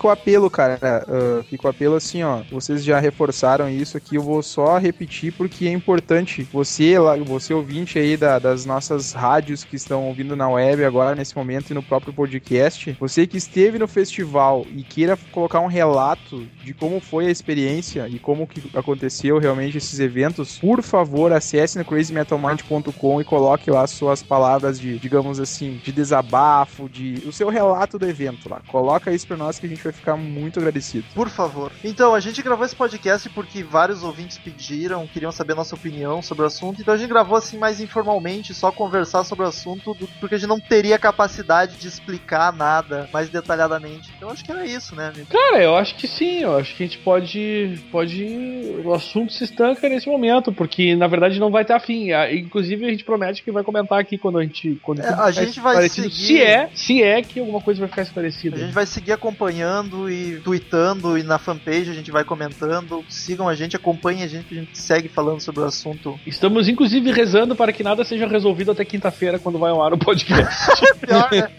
fica o apelo, cara. Uh, fica o apelo assim, ó. Vocês já reforçaram isso aqui, eu vou só repetir porque é importante. Você, lá, você ouvinte aí da, das nossas rádios que estão ouvindo na web agora, nesse momento, e no próprio podcast, você que esteve no festival e queira colocar um relato de como foi a experiência e como que aconteceu realmente esses eventos, por favor, acesse no crazy metal mind ponto com e coloque lá suas palavras de, digamos assim, de desabafo, de o seu relato do evento lá. Coloca isso pra nós que a gente vai ficar muito agradecido. Por favor. Então, a gente gravou esse podcast porque vários ouvintes pediram, queriam saber a nossa opinião sobre o assunto, então a gente gravou assim mais informalmente, só conversar sobre o assunto, do, porque a gente não teria capacidade de explicar nada mais detalhadamente. Então acho que era isso, né, amigo? Cara, eu acho que sim, eu acho que a gente pode, pode... o assunto se estanca nesse momento, porque na verdade não vai ter fim. Inclusive a gente promete que vai comentar aqui quando a gente... Quando é, a gente vai seguir... Se é, se é que alguma coisa vai ficar esclarecida. A gente vai seguir acompanhando e tweetando, e na fanpage a gente vai comentando. Sigam a gente, acompanhem a gente, que a gente segue falando sobre o assunto. Estamos inclusive rezando para que nada seja resolvido até quinta-feira, quando vai ao ar o podcast. Pior, né?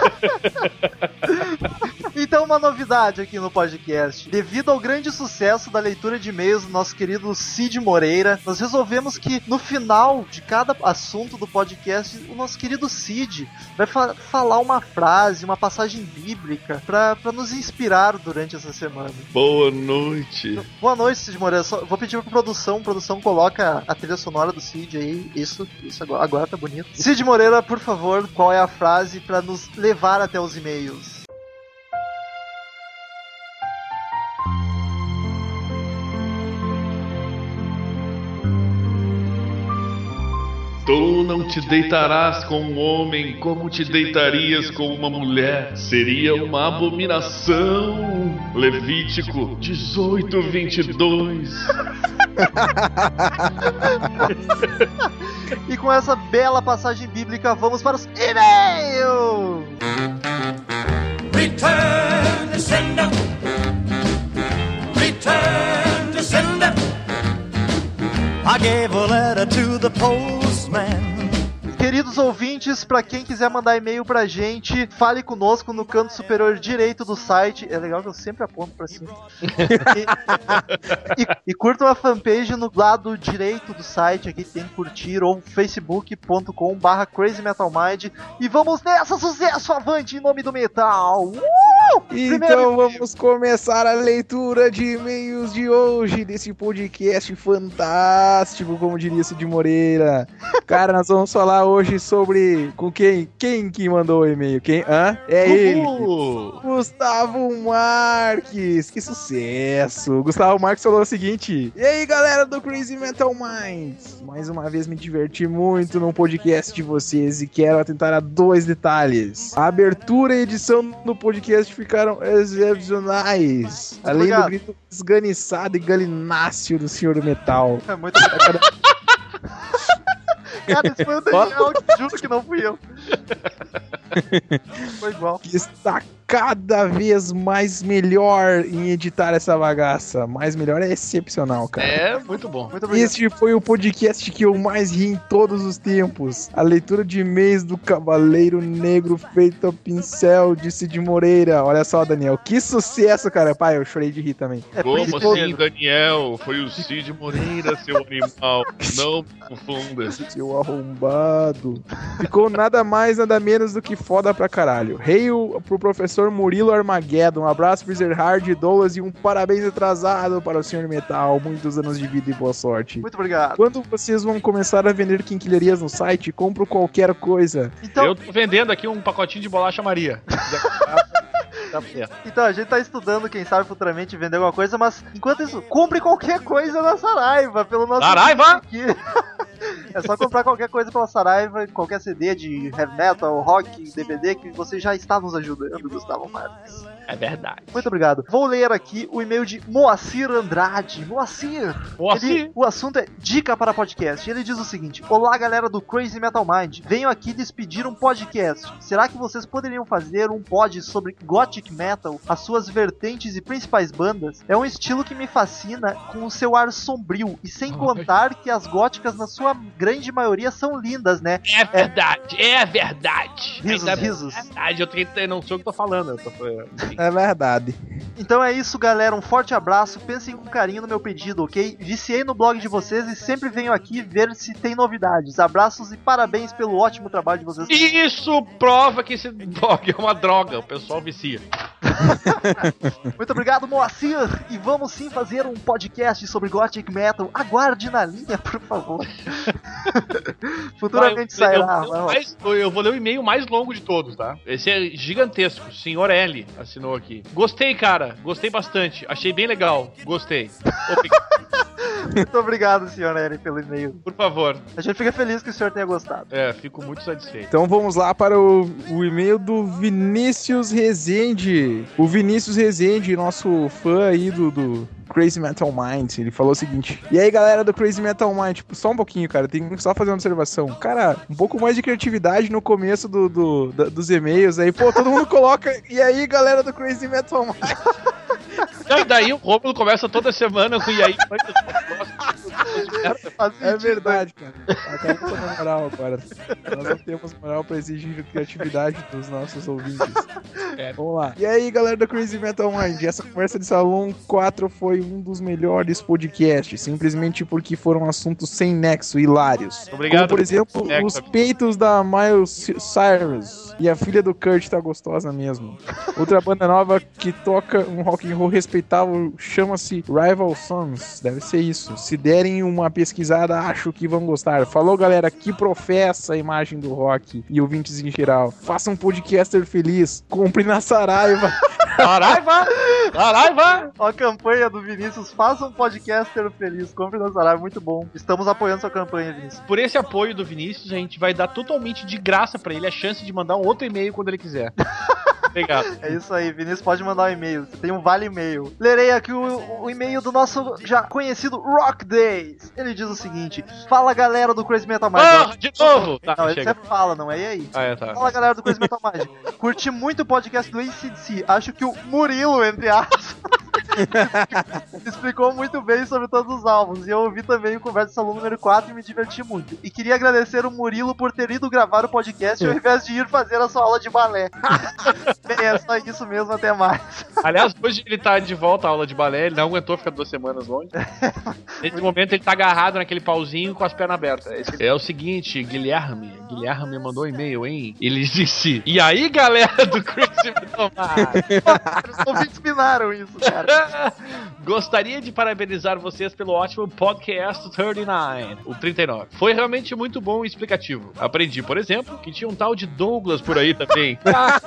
Então, uma novidade aqui no podcast. Devido ao grande sucesso da leitura de e-mails do nosso querido Cid Moreira, nós resolvemos que no final de cada assunto do podcast, o nosso querido Cid vai fa- falar uma frase, uma passagem bíblica pra, pra nos inspirar durante essa semana. Boa noite. Boa noite, Cid Moreira. Só, vou pedir pra produção, produção coloca a trilha sonora do Cid aí. Isso, isso agora, agora tá bonito. Cid Moreira, por favor, qual é a frase pra nos levar até os e-mails? Tu não te deitarás com um homem como te deitarias com uma mulher. Seria uma abominação. Levítico dezoito, vinte e dois. E com essa bela passagem bíblica, vamos para os e-mails! Return to sender. Return to sender. I gave a letter to the postman. Queridos ouvintes, pra quem quiser mandar e-mail pra gente, fale conosco no canto superior direito do site. É legal que eu sempre aponto pra cima. E, e, e curtam a fanpage no lado direito do site, aqui tem curtir, ou facebook ponto com barra crazy metal mind. E vamos nessa, sucesso, avante em nome do metal! Uh! Então vamos começar a leitura de e-mails de hoje, desse podcast fantástico, como diria Cid Moreira. Cara, nós vamos falar hoje sobre... Com quem? Quem que mandou o e-mail? Quem? Hã? É Uhul. ele! Gustavo Marques! Que sucesso! Gustavo Marques falou o seguinte: e aí, galera do Crazy Metal Minds? Mais uma vez me diverti muito no podcast de vocês e quero atentar a dois detalhes. A abertura e edição do podcast ficaram excepcionais. Além obrigado. do grito esganiçado e galináceo do Senhor do Metal. É muito obrigado. Cara, esse foi o Daniel, que juro que não fui eu. Foi igual. Que está cada vez mais melhor em editar essa bagaça. Mais melhor é excepcional, cara. É, muito bom. Muito obrigado. Este foi o podcast que eu mais ri em todos os tempos. A leitura de e-mails do Cavaleiro Negro feito a pincel de Cid Moreira. Olha só, Daniel, que sucesso, cara. Pai, eu chorei de rir também. É Como príncipe assim, negro. Daniel? Foi o Cid Moreira, seu animal. Não confunda. Seu arrombado. Ficou nada mais, nada menos do que foda pra caralho. Hail pro professor Murilo Armageddon. Um abraço pro Zerhard, Douglas e um parabéns atrasado para o senhor Metal. Muitos anos de vida e boa sorte. Muito obrigado. Quando vocês vão começar a vender quinquilharias no site, compro qualquer coisa. Então, Eu tô vendendo aqui um pacotinho de bolacha Maria. Tá certo. então, a gente tá estudando, quem sabe futuramente vender alguma coisa, mas enquanto isso, compre qualquer coisa na Saraiva, pelo nosso Saraiva? aqui. É só comprar qualquer coisa pela Saraiva, qualquer C D de heavy metal, rock, D V D, que você já está nos ajudando, Gustavo Marques. É verdade. Muito obrigado. Vou ler aqui o e-mail de Moacir Andrade. Moacir! Moacir. Ele, o assunto é dica para podcast. Ele diz o seguinte: olá, galera do Crazy Metal Mind. Venho aqui lhes pedir um podcast. Será que vocês poderiam fazer um pod sobre Gothic Metal, as suas vertentes e principais bandas? É um estilo que me fascina, com o seu ar sombrio. E sem contar que as góticas, na sua grande maioria, são lindas, né? É verdade, é verdade. Risos, Ainda risos. É verdade, eu, tô, eu não sei o que eu tô falando. Eu tô, enfim. É verdade. Então é isso, galera. Um forte abraço. Pensem com carinho no meu pedido, ok? Viciei no blog de vocês e sempre venho aqui ver se tem novidades. Abraços e parabéns pelo ótimo trabalho de vocês. Isso prova que esse blog é uma droga. O pessoal vicia. Muito obrigado, Moacir. E vamos sim fazer um podcast sobre Gothic Metal. Aguarde na linha, por favor. Futuramente Vai, eu, sairá. eu, eu, mais, eu vou ler o e-mail mais longo de todos, tá? Esse é gigantesco. Senhor L assinou aqui. Gostei, cara. Gostei bastante. Achei bem legal. Gostei. Muito obrigado, senhor L, pelo e-mail. Por favor. A gente fica feliz que o senhor tenha gostado. É, fico muito satisfeito. Então vamos lá para o, o e-mail do Vinícius Rezende. O Vinícius Rezende, nosso fã aí do, do Crazy Metal Mind, ele falou o seguinte: e aí, galera do Crazy Metal Mind, tipo, só um pouquinho, cara, tem que só fazer uma observação. Cara, um pouco mais de criatividade no começo do, do, da, dos e-mails aí, pô, todo mundo coloca, e aí, galera do Crazy Metal Mind. E daí o Rômulo começa toda semana com e aí. É verdade, cara. Acabou com a moral agora. Nós não temos moral pra exigir criatividade dos nossos ouvintes. É. Vamos lá. E aí, galera da Crazy Metal Mind, essa conversa de Salão quatro foi um dos melhores podcasts, simplesmente porque foram assuntos sem nexo, hilários. Obrigado. Como, por exemplo, os peitos da Miley Cyrus. E a filha do Kurt tá gostosa mesmo. Outra banda nova que toca um rock and roll respeitável chama-se Rival Sons. Deve ser isso. Se derem uma pesquisada, acho que vão gostar. Falou, galera, que professa a imagem do rock e ouvintes em geral. Faça um podcaster feliz. Compre na Saraiva. Saraiva! Saraiva! Ó a campanha do Vinícius. Faça um podcaster feliz. Compre na Saraiva. Muito bom. Estamos apoiando sua campanha, Vinícius. Por esse apoio do Vinícius, a gente vai dar totalmente de graça pra ele a chance de mandar um outro e-mail quando ele quiser. Obrigado. É isso aí, Vinícius, pode mandar um e-mail. Você tem um vale e-mail. Lerei aqui o, o e-mail do nosso já conhecido Rock Days. Ele diz o seguinte: fala, galera do Crazy Metal Mind. Ah, de novo! Tá, não, ele chega. sempre fala, não é e aí? Ah, é, tá. Fala, galera do Crazy Metal Mind. Curti muito o podcast do A C D C. Acho que o Murilo, entre aspas, explicou muito bem sobre todos os álbuns. E eu ouvi também o Conversa de Salão número quatro e me diverti muito. E queria agradecer o Murilo por ter ido gravar o podcast ao invés de ir fazer a sua aula de balé. Bem, é só isso mesmo, até mais. Aliás, hoje ele tá de volta à aula de balé, ele não aguentou ficar duas semanas longe. Nesse momento ele tá agarrado naquele pauzinho com as pernas abertas. Esse é o seguinte, Guilherme, Guilherme mandou um e-mail, hein? Ele disse: e aí, galera do Crazy Metal Mind? Os ouvintes minaram isso, cara. Gostaria de parabenizar vocês pelo ótimo podcast trinta e nove, o trinta e nove. Foi realmente muito bom e explicativo. Aprendi, por exemplo, que tinha um tal de Douglas por aí também.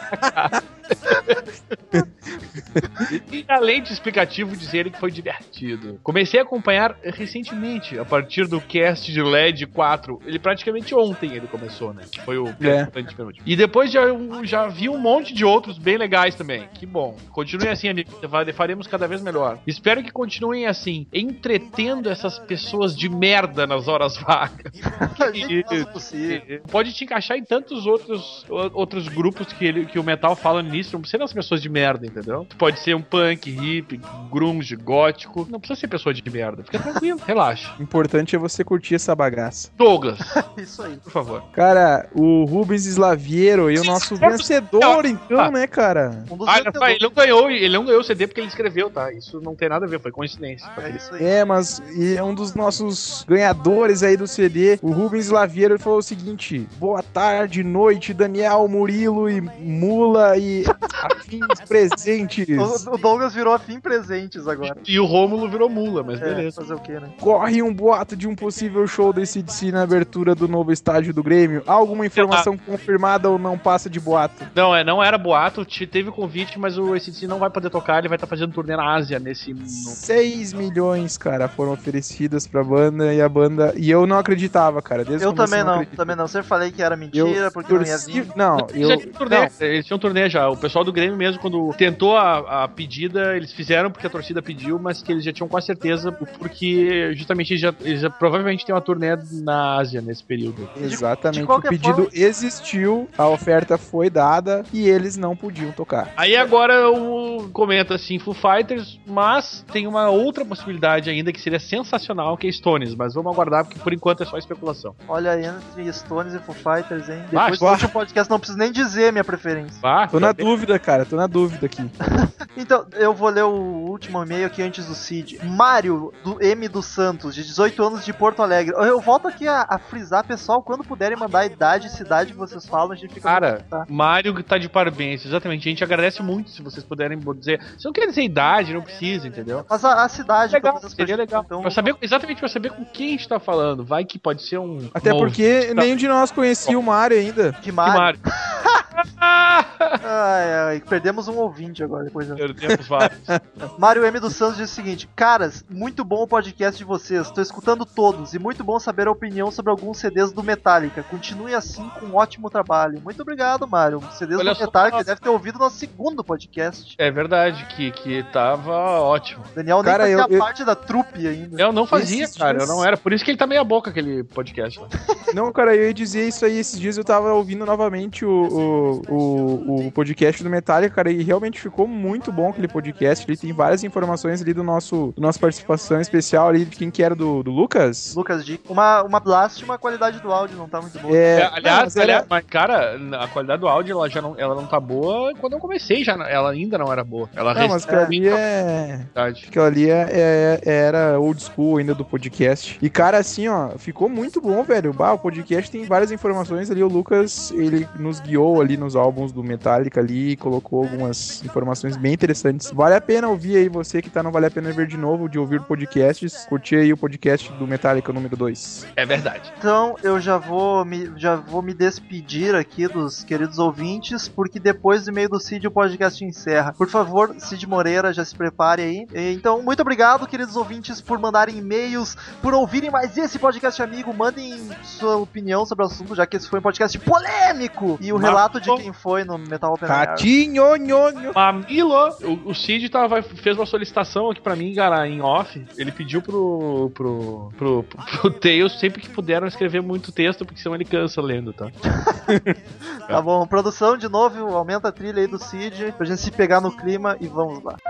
E além de explicativo, dizer que foi divertido. Comecei a acompanhar recentemente, a partir do cast de L E D quatro. Ele praticamente ontem ele começou, né? Que foi o é. E depois já, já vi um monte de outros bem legais também. Que bom. Continuem assim, amigos. Faremos cada vez melhor. Espero que continuem assim, entretendo essas pessoas de merda nas horas vagas. E, pode te encaixar em tantos outros, outros grupos que, ele, que o metal fala no início. Não precisa ser as pessoas de merda, entendeu? Tu pode ser um punk, hip, grunge, gótico. Não precisa ser pessoa de merda. Fica tranquilo, relaxa. O importante é você curtir essa bagaça. Douglas. Isso aí. Por favor. Cara, o Rubens Slaviero e o nosso vencedor, então, né, cara? Um dos Ah, vencedores. ele não ganhou, ele não ganhou o C D porque ele escreveu, tá? Isso não tem nada a ver, foi coincidência. É isso aí. É, mas e é um dos nossos ganhadores aí do C D, o Rubens Slaviero, ele falou o seguinte: boa tarde, noite, Daniel, Murilo e Mula e afins presentes. O, o Douglas virou afim presentes agora. E o Rômulo virou mula, mas É, beleza. fazer o quê, né? Corre um boato de um possível show da A C D C na abertura do novo estádio do Grêmio. Alguma informação confirmada ou não passa de boato? Não, é, não era boato, te- teve convite, mas o A C D C não vai poder tocar, ele vai estar fazendo turnê na Ásia nesse... no- seis milhões, cara, foram oferecidas pra banda e a banda... E eu não acreditava, cara. Desde Eu o começo também não, acreditei. também não. Sempre falei que era Eu mentira, porque não ia torci- vir. Não, Eles eu... já tinham turnê, não, eles tinham turnê já. O pessoal do Grêmio mesmo, quando tentou a, a pedida, eles fizeram porque a torcida pediu, mas que eles já tinham quase certeza, porque justamente eles já, eles já provavelmente tem uma turnê na Ásia nesse período. exatamente. de O qualquer pedido forma- existiu, a oferta foi dada e eles não podiam tocar. Aí agora o comenta assim, Foo Fighters, mas tem uma outra possibilidade ainda que seria sensacional, que é Stones, mas vamos aguardar porque por enquanto é só especulação. Olha, entre Stones e Foo Fighters, hein? Vai, Depois do vai. último podcast, não preciso nem dizer minha preferência. Vá, Tô na dúvida, cara, tô na dúvida aqui. Então, eu vou ler o último e-mail aqui antes do Cid. Mário, do M dos Santos, de dezoito anos, de Porto Alegre. Eu volto aqui a, a frisar, pessoal, quando puderem mandar a idade e cidade que vocês falam, a gente fica... Cara, muito, tá? Mário tá de parabéns, exatamente. A gente agradece muito se vocês puderem dizer. Se não quer dizer idade, não precisa, entendeu? Mas a, a cidade... Legal, todas as seria coisas, legal. então... Pra saber, exatamente pra saber com quem a gente tá falando. Vai que pode ser um... Até uma porque ouvinte, nenhum de nós conhecia o Mário ainda. Que Que Mário? Mário. Ai, ai, perdemos um ouvinte agora, depois. Perdemos vários. Mário M dos Santos diz o seguinte: caras, muito bom o podcast de vocês, tô escutando todos, e muito bom saber a opinião sobre alguns C Ds do Metallica. Continue assim com um ótimo trabalho. Muito obrigado, Mário. C Ds Olha do só, Metallica, nossa. deve ter ouvido nosso segundo podcast. É verdade, que, que tava ótimo. Daniel nem Cara, fazia eu- eu- parte da trupe ainda. Eu não fazia, Esses cara, dias- eu não era. Por isso que ele tá meia boca, aquele podcast lá. Não, cara, eu ia dizer isso aí. Esses dias eu tava ouvindo novamente o, o, o, o podcast do Metallica, cara, e realmente ficou muito bom aquele podcast. Ele tem várias informações ali do nosso, do nossa participação especial ali, de quem que era do, do Lucas. Lucas Dick. Uma, uma lástima, a qualidade do áudio não tá muito boa. É, É, aliás, não, mas era- aliás, mas, cara, a qualidade do áudio ela já não, ela não tá boa quando eu comecei, já não- ela ainda não era boa. Ela Não, mas aquilo ali é... verdade. Aquilo ali é, é- era old school ainda do podcast. E, cara, assim, ó, ficou muito bom, velho. Bah, o podcast tem várias informações ali. O Lucas, ele nos guiou ali nos álbuns do Metallica ali, colocou algumas informações bem interessantes. Vale a pena ouvir aí, você que tá no Vale a Pena Ver de novo, de ouvir podcasts, curtir aí o podcast do Metallica número dois. É verdade. Então eu já vou, me, já vou me despedir aqui dos queridos ouvintes, porque depois do e-mail do Cid o podcast encerra. Por favor, Cid Moreira, já se prepare aí. E, então, muito obrigado, queridos ouvintes, por mandarem e-mails, por ouvirem mais esse podcast amigo. Mandem sua opinião sobre o assunto, já que esse foi um podcast polêmico. E o Mas- relato de quem foi no Metal Open Air. Ratinho, nhonho. Mamilo, o, o Cid tava, fez uma solicitação aqui pra mim, cara, em off. Ele pediu pro, pro, pro, pro, pro Tails, sempre que puderam, escrever muito texto, porque senão ele cansa lendo, tá? Tá bom, produção, de novo, aumenta a trilha aí do Cid, pra gente se pegar no clima e vamos lá.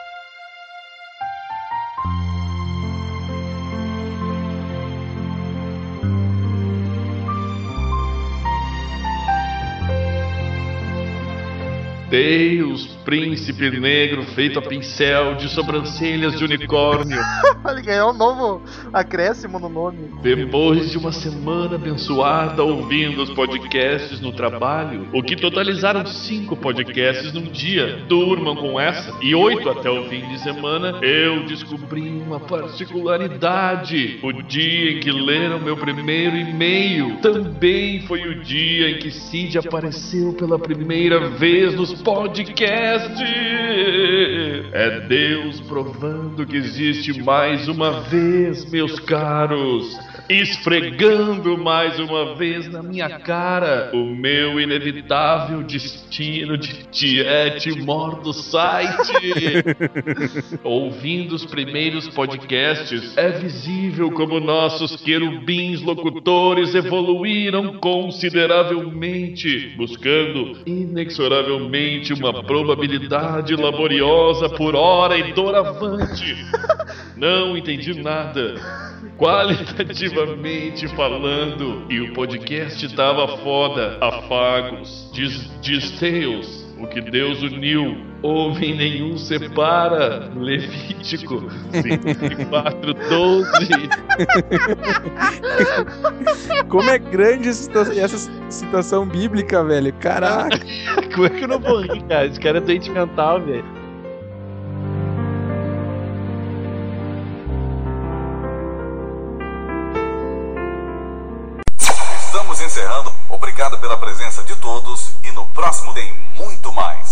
Deus, príncipe negro feito a pincel de sobrancelhas de unicórnio. Ele ganhou um novo acréscimo no nome. Depois de uma semana abençoada ouvindo os podcasts no trabalho, o que totalizaram cinco podcasts num dia, durmam com essa, e oito até o fim de semana, eu descobri uma particularidade. O dia em que leram meu primeiro e-mail também foi o dia em que Cid apareceu pela primeira vez nos podcasts. É Deus provando que existe mais uma vez, meus caros, esfregando mais uma vez na minha cara o meu inevitável destino de Tiete Mor do site. Ouvindo os primeiros podcasts, é visível como nossos querubins locutores evoluíram consideravelmente, buscando inexoravelmente uma probabilidade laboriosa por hora e doravante. Não entendi nada, qualitativamente falando, e o podcast tava foda. Afagos, diz, diz Tails, o que Deus uniu, homem nenhum separa. Levítico vinte e quatro, doze. Como é grande essa situa- essa citação bíblica, velho. Caraca. Como é que eu não vou rir, cara? Esse cara é doente mental, velho. Estamos encerrando. Obrigado pela presença de todos e no próximo tem muito mais.